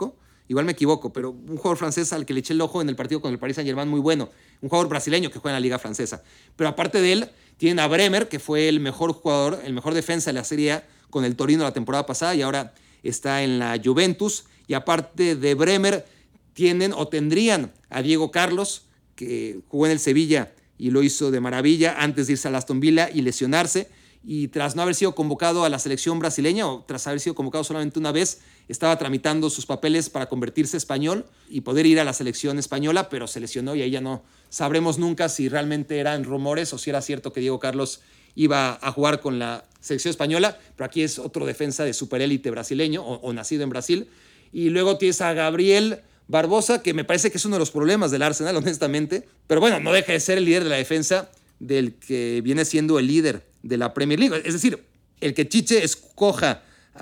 igual me equivoco, pero un jugador francés al que le eché el ojo en el partido con el Paris Saint-Germain muy bueno. Un jugador brasileño que juega en la Liga Francesa. Pero aparte de él, tienen a Bremer, que fue el mejor jugador, el mejor defensa de la Serie A con el Torino la temporada pasada y ahora está en la Juventus. Y aparte de Bremer, tienen o tendrían a Diego Carlos, que jugó en el Sevilla y lo hizo de maravilla antes de irse al Aston Villa y lesionarse. Y tras no haber sido convocado a la selección brasileña, o tras haber sido convocado solamente una vez, estaba tramitando sus papeles para convertirse español y poder ir a la selección española, pero se lesionó y ahí ya no sabremos nunca si realmente eran rumores o si era cierto que Diego Carlos iba a jugar con la selección española, pero aquí es otro defensa de superélite brasileño o nacido en Brasil. Y luego tienes a Gabriel Barbosa, que me parece que es uno de los problemas del Arsenal, honestamente, pero bueno, no deja de ser el líder de la defensa del que viene siendo el líder de la Premier League. Es decir, el que Chiche escoja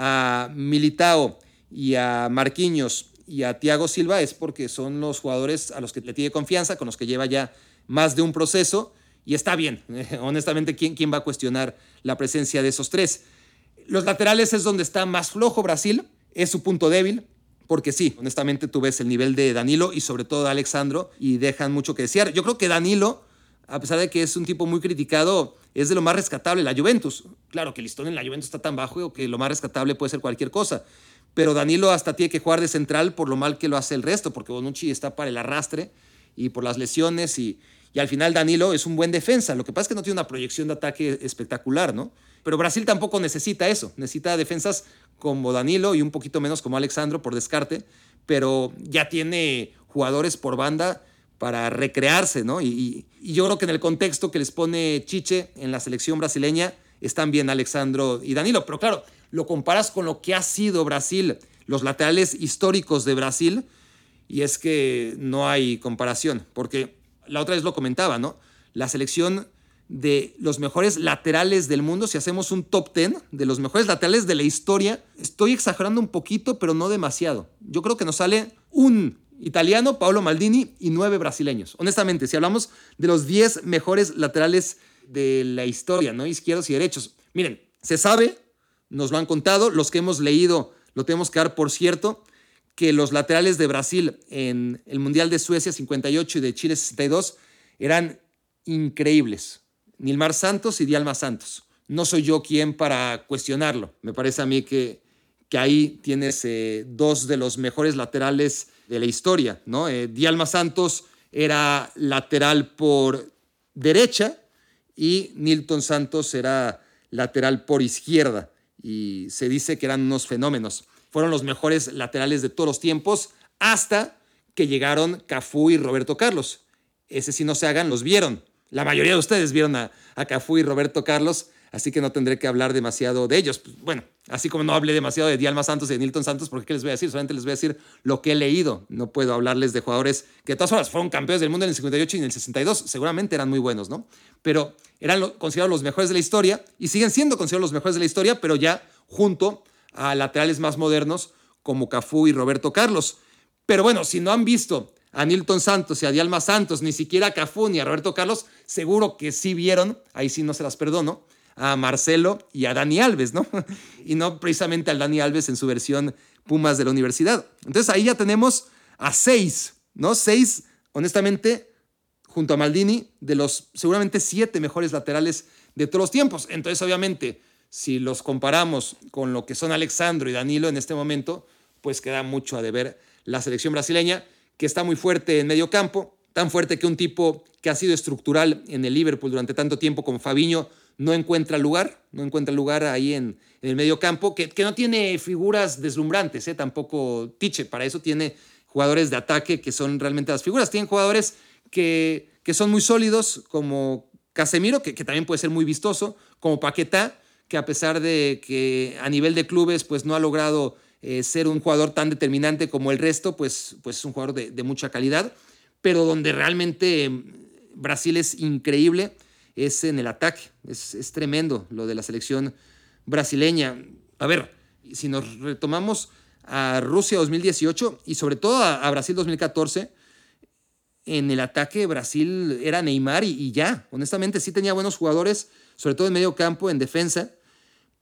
a Militao y a Marquinhos y a Thiago Silva es porque son los jugadores a los que le tiene confianza, con los que lleva ya más de un proceso, y está bien. Honestamente, ¿quién va a cuestionar la presencia de esos tres? Los laterales es donde está más flojo Brasil, es su punto débil, porque sí, honestamente tú ves el nivel de Danilo y sobre todo de Alexandro y dejan mucho que desear. Yo creo que Danilo, a pesar de que es un tipo muy criticado, es de lo más rescatable la Juventus. Claro que el listón en la Juventus está tan bajo que lo más rescatable puede ser cualquier cosa. Pero Danilo hasta tiene que jugar de central por lo mal que lo hace el resto, porque Bonucci está para el arrastre y por las lesiones y al final Danilo es un buen defensa. Lo que pasa es que no tiene una proyección de ataque espectacular, ¿no? Pero Brasil tampoco necesita eso. Necesita defensas como Danilo y un poquito menos como Alexandro por descarte, pero ya tiene jugadores por banda para recrearse, ¿no? Y yo creo que en el contexto que les pone Chiche en la selección brasileña están bien Alexandro y Danilo. Pero claro, lo comparas con lo que ha sido Brasil, los laterales históricos de Brasil, y es que no hay comparación, porque la otra vez lo comentaba, ¿no? La selección de los mejores laterales del mundo, si hacemos un top 10 de los mejores laterales de la historia, estoy exagerando un poquito, pero no demasiado. Yo creo que nos sale un italiano, Paolo Maldini, y 9 brasileños. Honestamente, si hablamos de los 10 mejores laterales de la historia, ¿no? Izquierdos y derechos. Miren, se sabe, nos lo han contado, los que hemos leído lo tenemos que dar por cierto, que los laterales de Brasil en el Mundial de Suecia 58 y de Chile 62 eran increíbles. Nilmar Santos y Djalma Santos. No soy yo quien para cuestionarlo. Me parece a mí que ahí tienes dos de los mejores laterales de la historia, ¿no? Djalma Santos era lateral por derecha y Nilton Santos era lateral por izquierda. Y se dice que eran unos fenómenos. Fueron los mejores laterales de todos los tiempos hasta que llegaron Cafú y Roberto Carlos. Ese sí no se hagan, los vieron. La mayoría de ustedes vieron a Cafú y Roberto Carlos, así que no tendré que hablar demasiado de ellos. Pues, bueno, así como no hablé demasiado de Djalma Santos y de Nilton Santos, porque ¿qué les voy a decir? Solamente les voy a decir lo que he leído. No puedo hablarles de jugadores que de todas formas fueron campeones del mundo en el 58 y en el 62. Seguramente eran muy buenos, ¿no? Pero eran considerados los mejores de la historia y siguen siendo considerados los mejores de la historia, pero ya junto a laterales más modernos como Cafú y Roberto Carlos. Pero bueno, si no han visto a Nilton Santos y a Djalma Santos, ni siquiera a Cafú ni a Roberto Carlos, seguro que sí vieron, ahí sí no se las perdono, a Marcelo y a Dani Alves, ¿no? Y no precisamente al Dani Alves en su versión Pumas de la universidad. Entonces ahí ya tenemos a 6, ¿no? 6, honestamente, junto a Maldini, de los seguramente 7 mejores laterales de todos los tiempos. Entonces, obviamente, si los comparamos con lo que son Alexandro y Danilo en este momento, pues queda mucho a deber la selección brasileña, que está muy fuerte en medio campo, tan fuerte que un tipo que ha sido estructural en el Liverpool durante tanto tiempo como Fabinho no encuentra lugar ahí en el medio campo, que no tiene figuras deslumbrantes, tampoco Tiche, para eso tiene jugadores de ataque que son realmente las figuras, tienen jugadores que son muy sólidos, como Casemiro, que también puede ser muy vistoso, como Paquetá, que a pesar de que a nivel de clubes pues no ha logrado ser un jugador tan determinante como el resto, pues es un jugador de mucha calidad, pero donde realmente Brasil es increíble es en el ataque. Es tremendo lo de la selección brasileña. A ver, si nos retomamos a Rusia 2018 y sobre todo a Brasil 2014, en el ataque Brasil era Neymar y ya. Honestamente sí tenía buenos jugadores, sobre todo en medio campo, en defensa,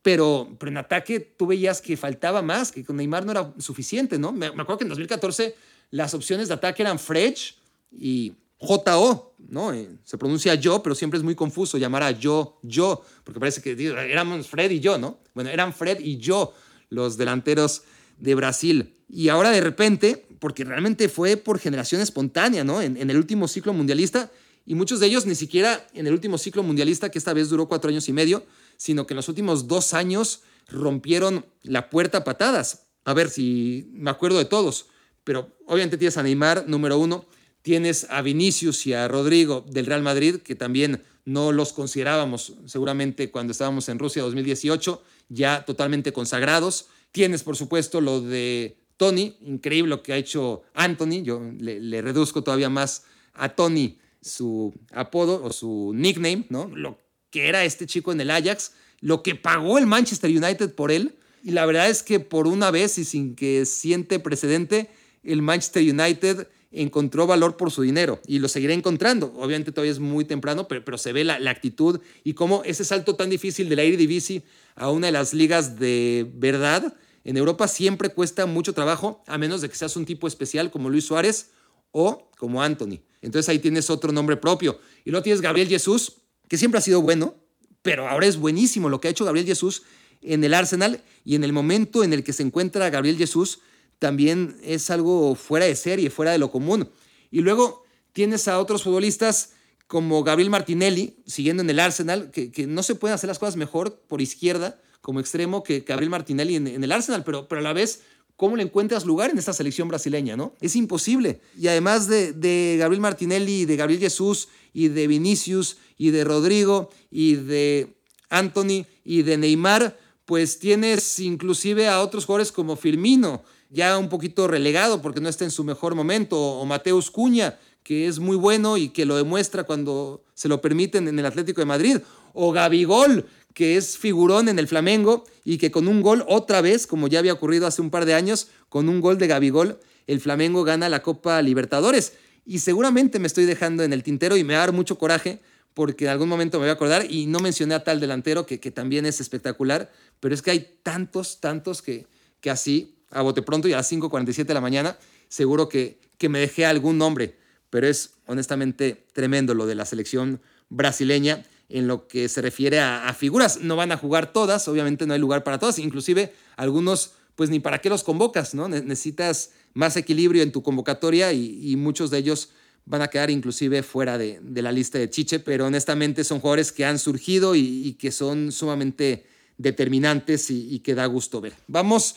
pero en ataque tú veías que faltaba más, que con Neymar no era suficiente, ¿no? Me acuerdo que en 2014 las opciones de ataque eran Frech y J.O., ¿no? Se pronuncia yo, pero siempre es muy confuso llamar a yo, porque parece que éramos Fred y yo, ¿no? Bueno, eran Fred y yo los delanteros de Brasil. Y ahora de repente, porque realmente fue por generación espontánea, ¿no? En el último ciclo mundialista, y muchos de ellos ni siquiera en el último ciclo mundialista, que esta vez duró 4 años y medio, sino que en los últimos 2 años rompieron la puerta a patadas. A ver si me acuerdo de todos, pero obviamente tienes a Neymar, número 1, tienes a Vinicius y a Rodrigo del Real Madrid, que también no los considerábamos seguramente cuando estábamos en Rusia 2018, ya totalmente consagrados. Tienes, por supuesto, lo de Toni, increíble lo que ha hecho Anthony. Yo le reduzco todavía más a Toni su apodo o su nickname, ¿no? Lo que era este chico en el Ajax, lo que pagó el Manchester United por él. Y la verdad es que por una vez y sin que siente precedente, el Manchester United encontró valor por su dinero y lo seguirá encontrando. Obviamente todavía es muy temprano, pero se ve la actitud y cómo ese salto tan difícil de la Eredivisie a una de las ligas de verdad en Europa siempre cuesta mucho trabajo, a menos de que seas un tipo especial como Luis Suárez o como Anthony. Entonces ahí tienes otro nombre propio. Y luego tienes Gabriel Jesús, que siempre ha sido bueno, pero ahora es buenísimo lo que ha hecho Gabriel Jesús en el Arsenal, y en el momento en el que se encuentra Gabriel Jesús también es algo fuera de serie, fuera de lo común. Y luego tienes a otros futbolistas como Gabriel Martinelli, siguiendo en el Arsenal, que no se pueden hacer las cosas mejor por izquierda como extremo que Gabriel Martinelli en el Arsenal, pero a la vez, ¿cómo le encuentras lugar en esta selección brasileña, no? Es imposible. Y además de Gabriel Martinelli y de Gabriel Jesús y de Vinicius y de Rodrigo y de Anthony y de Neymar, pues tienes inclusive a otros jugadores como Firmino, ya un poquito relegado porque no está en su mejor momento, o Mateus Cunha, que es muy bueno y que lo demuestra cuando se lo permiten en el Atlético de Madrid, o Gabigol, que es figurón en el Flamengo y que con un gol otra vez, como ya había ocurrido hace un par de años, con un gol de Gabigol, el Flamengo gana la Copa Libertadores. Y seguramente me estoy dejando en el tintero y me va a dar mucho coraje porque en algún momento me voy a acordar, y no mencioné a tal delantero que también es espectacular, pero es que hay tantos que así, a bote pronto y a las 5:47 de la mañana, seguro que me dejé algún nombre, pero es honestamente tremendo lo de la selección brasileña en lo que se refiere a figuras. No van a jugar todas, obviamente no hay lugar para todas, inclusive algunos, pues ni para qué los convocas, ¿no? Necesitas más equilibrio en tu convocatoria y muchos de ellos van a quedar inclusive fuera de la lista de Chiche, pero honestamente son jugadores que han surgido y que son sumamente determinantes y que da gusto ver. Vamos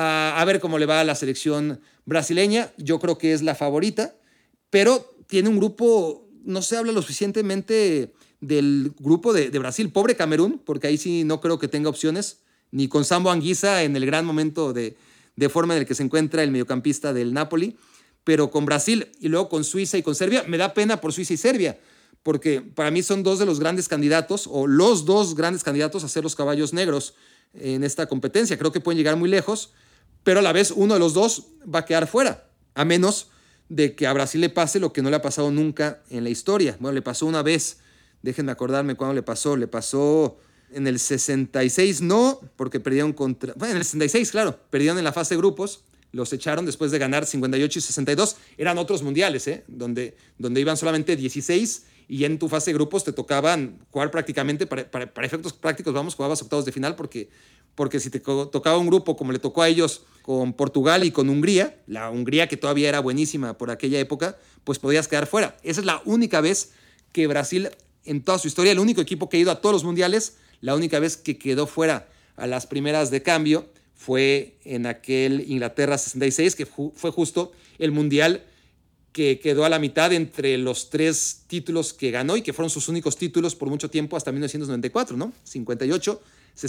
a ver cómo le va a la selección brasileña. Yo creo que es la favorita, pero tiene un grupo, no se habla lo suficientemente del grupo de Brasil. Pobre Camerún, porque ahí sí no creo que tenga opciones, ni con Sambo Anguissa en el gran momento de forma en el que se encuentra el mediocampista del Napoli, pero con Brasil y luego con Suiza y con Serbia. Me da pena por Suiza y Serbia, porque para mí son dos de los grandes candidatos, o los dos grandes candidatos a ser los caballos negros en esta competencia. Creo que pueden llegar muy lejos, pero a la vez uno de los dos va a quedar fuera, a menos de que a Brasil le pase lo que no le ha pasado nunca en la historia. Bueno, le pasó una vez, déjenme acordarme cuándo le pasó en el 66, no, porque perdieron contra, bueno, en el 66, claro, perdieron en la fase de grupos, los echaron después de ganar 58 y 62, eran otros mundiales, donde iban solamente 16 y en tu fase de grupos te tocaban jugar prácticamente, para efectos prácticos, jugabas octavos de final, porque si te tocaba un grupo como le tocó a ellos con Portugal y con Hungría, la Hungría que todavía era buenísima por aquella época, pues podías quedar fuera. Esa es la única vez que Brasil, en toda su historia, el único equipo que ha ido a todos los mundiales, la única vez que quedó fuera a las primeras de cambio fue en aquel Inglaterra 66, que fue justo el mundial que quedó a la mitad entre los 3 títulos que ganó y que fueron sus únicos títulos por mucho tiempo hasta 1994, ¿no? 58,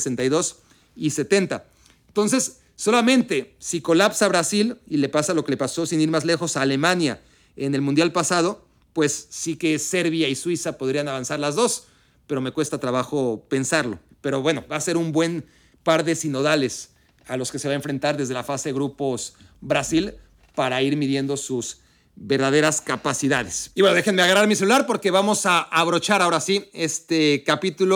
62 y 70. Entonces, solamente si colapsa Brasil y le pasa lo que le pasó sin ir más lejos a Alemania en el mundial pasado, pues sí que Serbia y Suiza podrían avanzar las dos, pero me cuesta trabajo pensarlo. Pero bueno, va a ser un buen par de sinodales a los que se va a enfrentar desde la fase de grupos Brasil para ir midiendo sus verdaderas capacidades. Y bueno, déjenme agarrar mi celular porque vamos a abrochar ahora sí este capítulo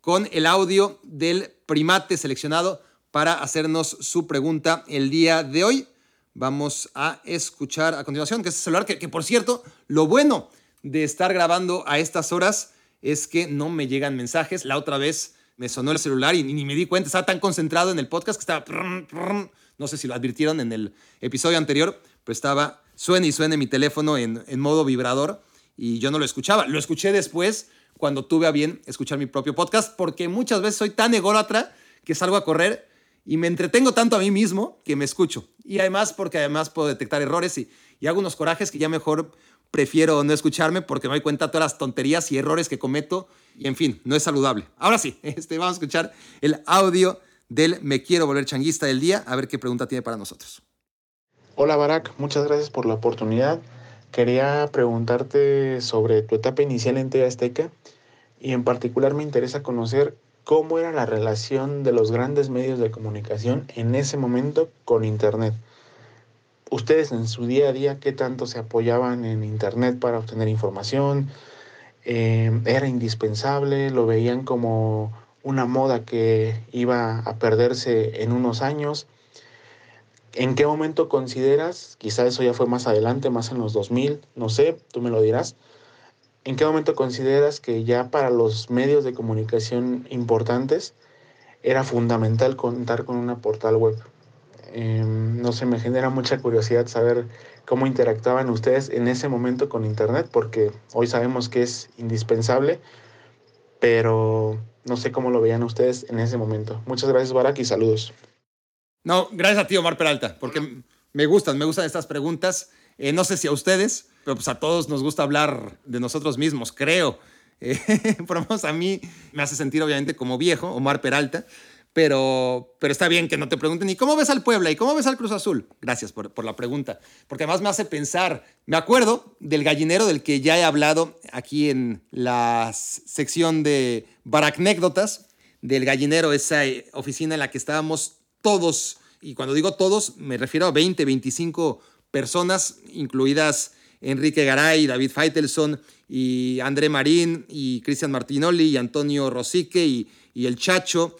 con el audio del primate seleccionado para hacernos su pregunta el día de hoy. Vamos a escuchar a continuación, que es el celular, que por cierto, lo bueno de estar grabando a estas horas es que no me llegan mensajes. La otra vez me sonó el celular y ni me di cuenta, estaba tan concentrado en el podcast que estaba... No sé si lo advirtieron en el episodio anterior, pero estaba suene y suene mi teléfono en modo vibrador y yo no lo escuchaba. Lo escuché después cuando tuve a bien escuchar mi propio podcast, porque muchas veces soy tan ególatra que salgo a correr y me entretengo tanto a mí mismo que me escucho. Y además porque además puedo detectar errores y hago unos corajes que ya mejor prefiero no escucharme porque me doy cuenta de todas las tonterías y errores que cometo y en fin, no es saludable. Ahora sí, vamos a escuchar el audio del Me Quiero Volver Changuista del día, a ver qué pregunta tiene para nosotros. Hola Barak, muchas gracias por la oportunidad. Quería preguntarte sobre tu etapa inicial en TV Azteca y en particular me interesa conocer cómo era la relación de los grandes medios de comunicación en ese momento con Internet. Ustedes en su día a día, ¿qué tanto se apoyaban en Internet para obtener información? ¿Era indispensable? ¿Lo veían como una moda que iba a perderse en unos años? ¿En qué momento consideras, quizá eso ya fue más adelante, más en los 2000, no sé, tú me lo dirás, ¿en qué momento consideras que ya para los medios de comunicación importantes era fundamental contar con una portal web? No sé, me genera mucha curiosidad saber cómo interactuaban ustedes en ese momento con Internet, porque hoy sabemos que es indispensable, pero no sé cómo lo veían ustedes en ese momento. Muchas gracias, Barak, y saludos. No, gracias a ti, Omar Peralta, porque me gustan estas preguntas. No sé si a ustedes, pero pues a todos nos gusta hablar de nosotros mismos, creo. Por lo menos a mí me hace sentir obviamente como viejo, Omar Peralta, pero está bien que no te pregunten, ¿y cómo ves al Puebla? ¿Y cómo ves al Cruz Azul? Gracias por la pregunta, porque además me hace pensar. Me acuerdo del gallinero del que ya he hablado aquí en la sección de Baracnécdotas, del gallinero, esa oficina en la que estábamos todos, y cuando digo todos, me refiero a 20, 25 personas, incluidas Enrique Garay, David Faitelson, y André Marín, y Cristian Martinoli, y Antonio Rosique, y el Chacho,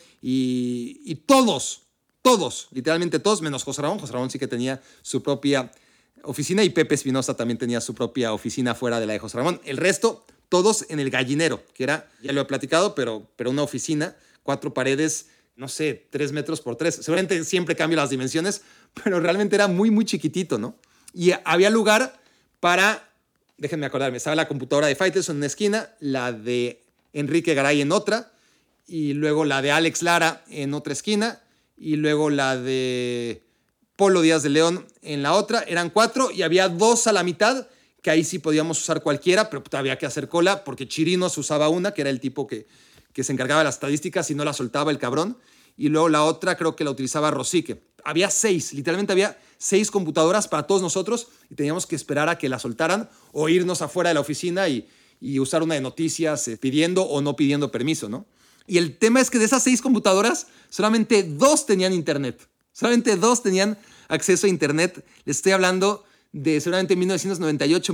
y todos, literalmente todos, menos José Ramón. José Ramón sí que tenía su propia oficina, y Pepe Espinosa también tenía su propia oficina fuera de la de José Ramón. El resto, todos en el gallinero, que era, ya lo he platicado, pero una oficina, 4 paredes, no sé, 3 metros por 3. Seguramente siempre cambio las dimensiones, pero realmente era muy, muy chiquitito, ¿no? Y había lugar para, déjenme acordarme, estaba la computadora de Faitelson en una esquina, la de Enrique Garay en otra, y luego la de Alex Lara en otra esquina, y luego la de Polo Díaz de León en la otra. Eran 4 y había 2 a la mitad, que ahí sí podíamos usar cualquiera, pero había que hacer cola, porque Chirinos usaba una, que era el tipo que se encargaba de las estadísticas y no la soltaba el cabrón. Y luego la otra creo que la utilizaba Rosique. Había 6, literalmente había 6 computadoras para todos nosotros y teníamos que esperar a que la soltaran o irnos afuera de la oficina y usar una de noticias pidiendo o no pidiendo permiso, ¿no? Y el tema es que de esas 6 computadoras, solamente 2 tenían internet. Solamente 2 tenían acceso a internet. Les estoy hablando de seguramente 1998,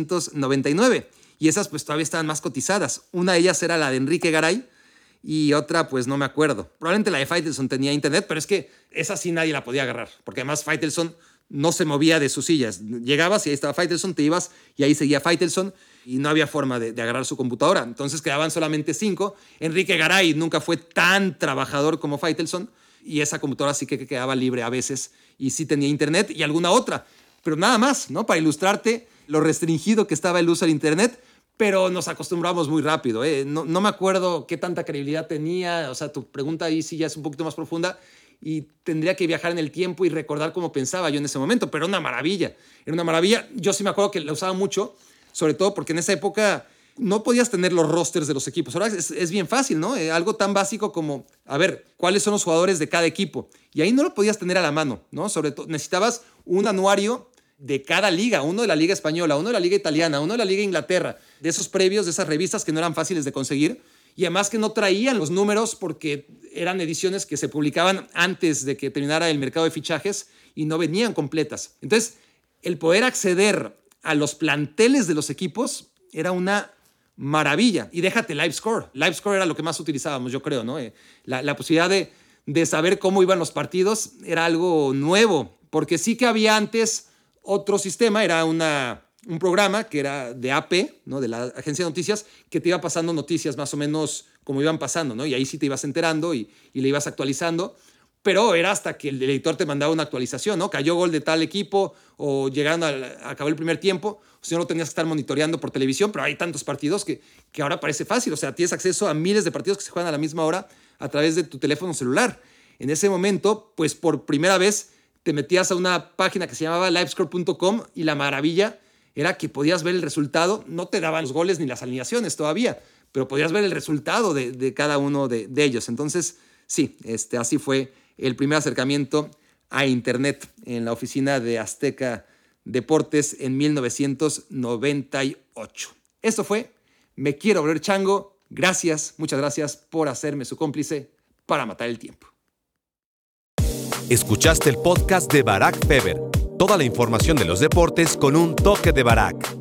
1999. Y esas pues todavía estaban más cotizadas. Una de ellas era la de Enrique Garay y otra pues no me acuerdo. Probablemente la de Faitelson tenía internet, pero es que esa sí nadie la podía agarrar. Porque además Faitelson no se movía de sus sillas. Llegabas y ahí estaba Faitelson, te ibas y ahí seguía Faitelson y no había forma de agarrar su computadora. Entonces quedaban solamente 5. Enrique Garay nunca fue tan trabajador como Faitelson y esa computadora sí que quedaba libre a veces y sí tenía internet y alguna otra. Pero nada más, ¿no? Para ilustrarte lo restringido que estaba el uso del internet, pero nos acostumbramos muy rápido. No me acuerdo qué tanta credibilidad tenía. O sea, tu pregunta ahí sí ya es un poquito más profunda y tendría que viajar en el tiempo y recordar cómo pensaba yo en ese momento, pero era una maravilla. Era una maravilla. Yo sí me acuerdo que la usaba mucho, sobre todo porque en esa época no podías tener los rosters de los equipos. Ahora es bien fácil, ¿no? Algo tan básico como, a ver, ¿cuáles son los jugadores de cada equipo? Y ahí no lo podías tener a la mano, ¿no? Sobre todo, necesitabas un anuario de cada liga, uno de la Liga Española, uno de la Liga Italiana, uno de la Liga Inglaterra, de esos previos, de esas revistas que no eran fáciles de conseguir y además que no traían los números porque eran ediciones que se publicaban antes de que terminara el mercado de fichajes y no venían completas. Entonces, el poder acceder a los planteles de los equipos era una maravilla. Y déjate LiveScore. LiveScore era lo que más utilizábamos, yo creo, ¿no? La posibilidad de saber cómo iban los partidos era algo nuevo, porque sí que había antes otro sistema, era un programa que era de AP, ¿no? De la agencia de noticias, que te iba pasando noticias más o menos como iban pasando, ¿no? Y ahí sí te ibas enterando y le ibas actualizando, pero era hasta que el editor te mandaba una actualización, ¿no? Cayó gol de tal equipo o llegaron a acabar el primer tiempo, o si no lo tenías que estar monitoreando por televisión, pero hay tantos partidos que ahora parece fácil, o sea, tienes acceso a miles de partidos que se juegan a la misma hora a través de tu teléfono celular. En ese momento, pues por primera vez te metías a una página que se llamaba livescore.com y la maravilla era que podías ver el resultado. No te daban los goles ni las alineaciones todavía, pero podías ver el resultado de cada uno de ellos. Entonces, sí, así fue el primer acercamiento a Internet en la oficina de Azteca Deportes en 1998. Esto fue Me Quiero Volver Chango. Gracias, muchas gracias por hacerme su cómplice para matar el tiempo. Escuchaste el podcast de Barack Feber. Toda la información de los deportes con un toque de Barack.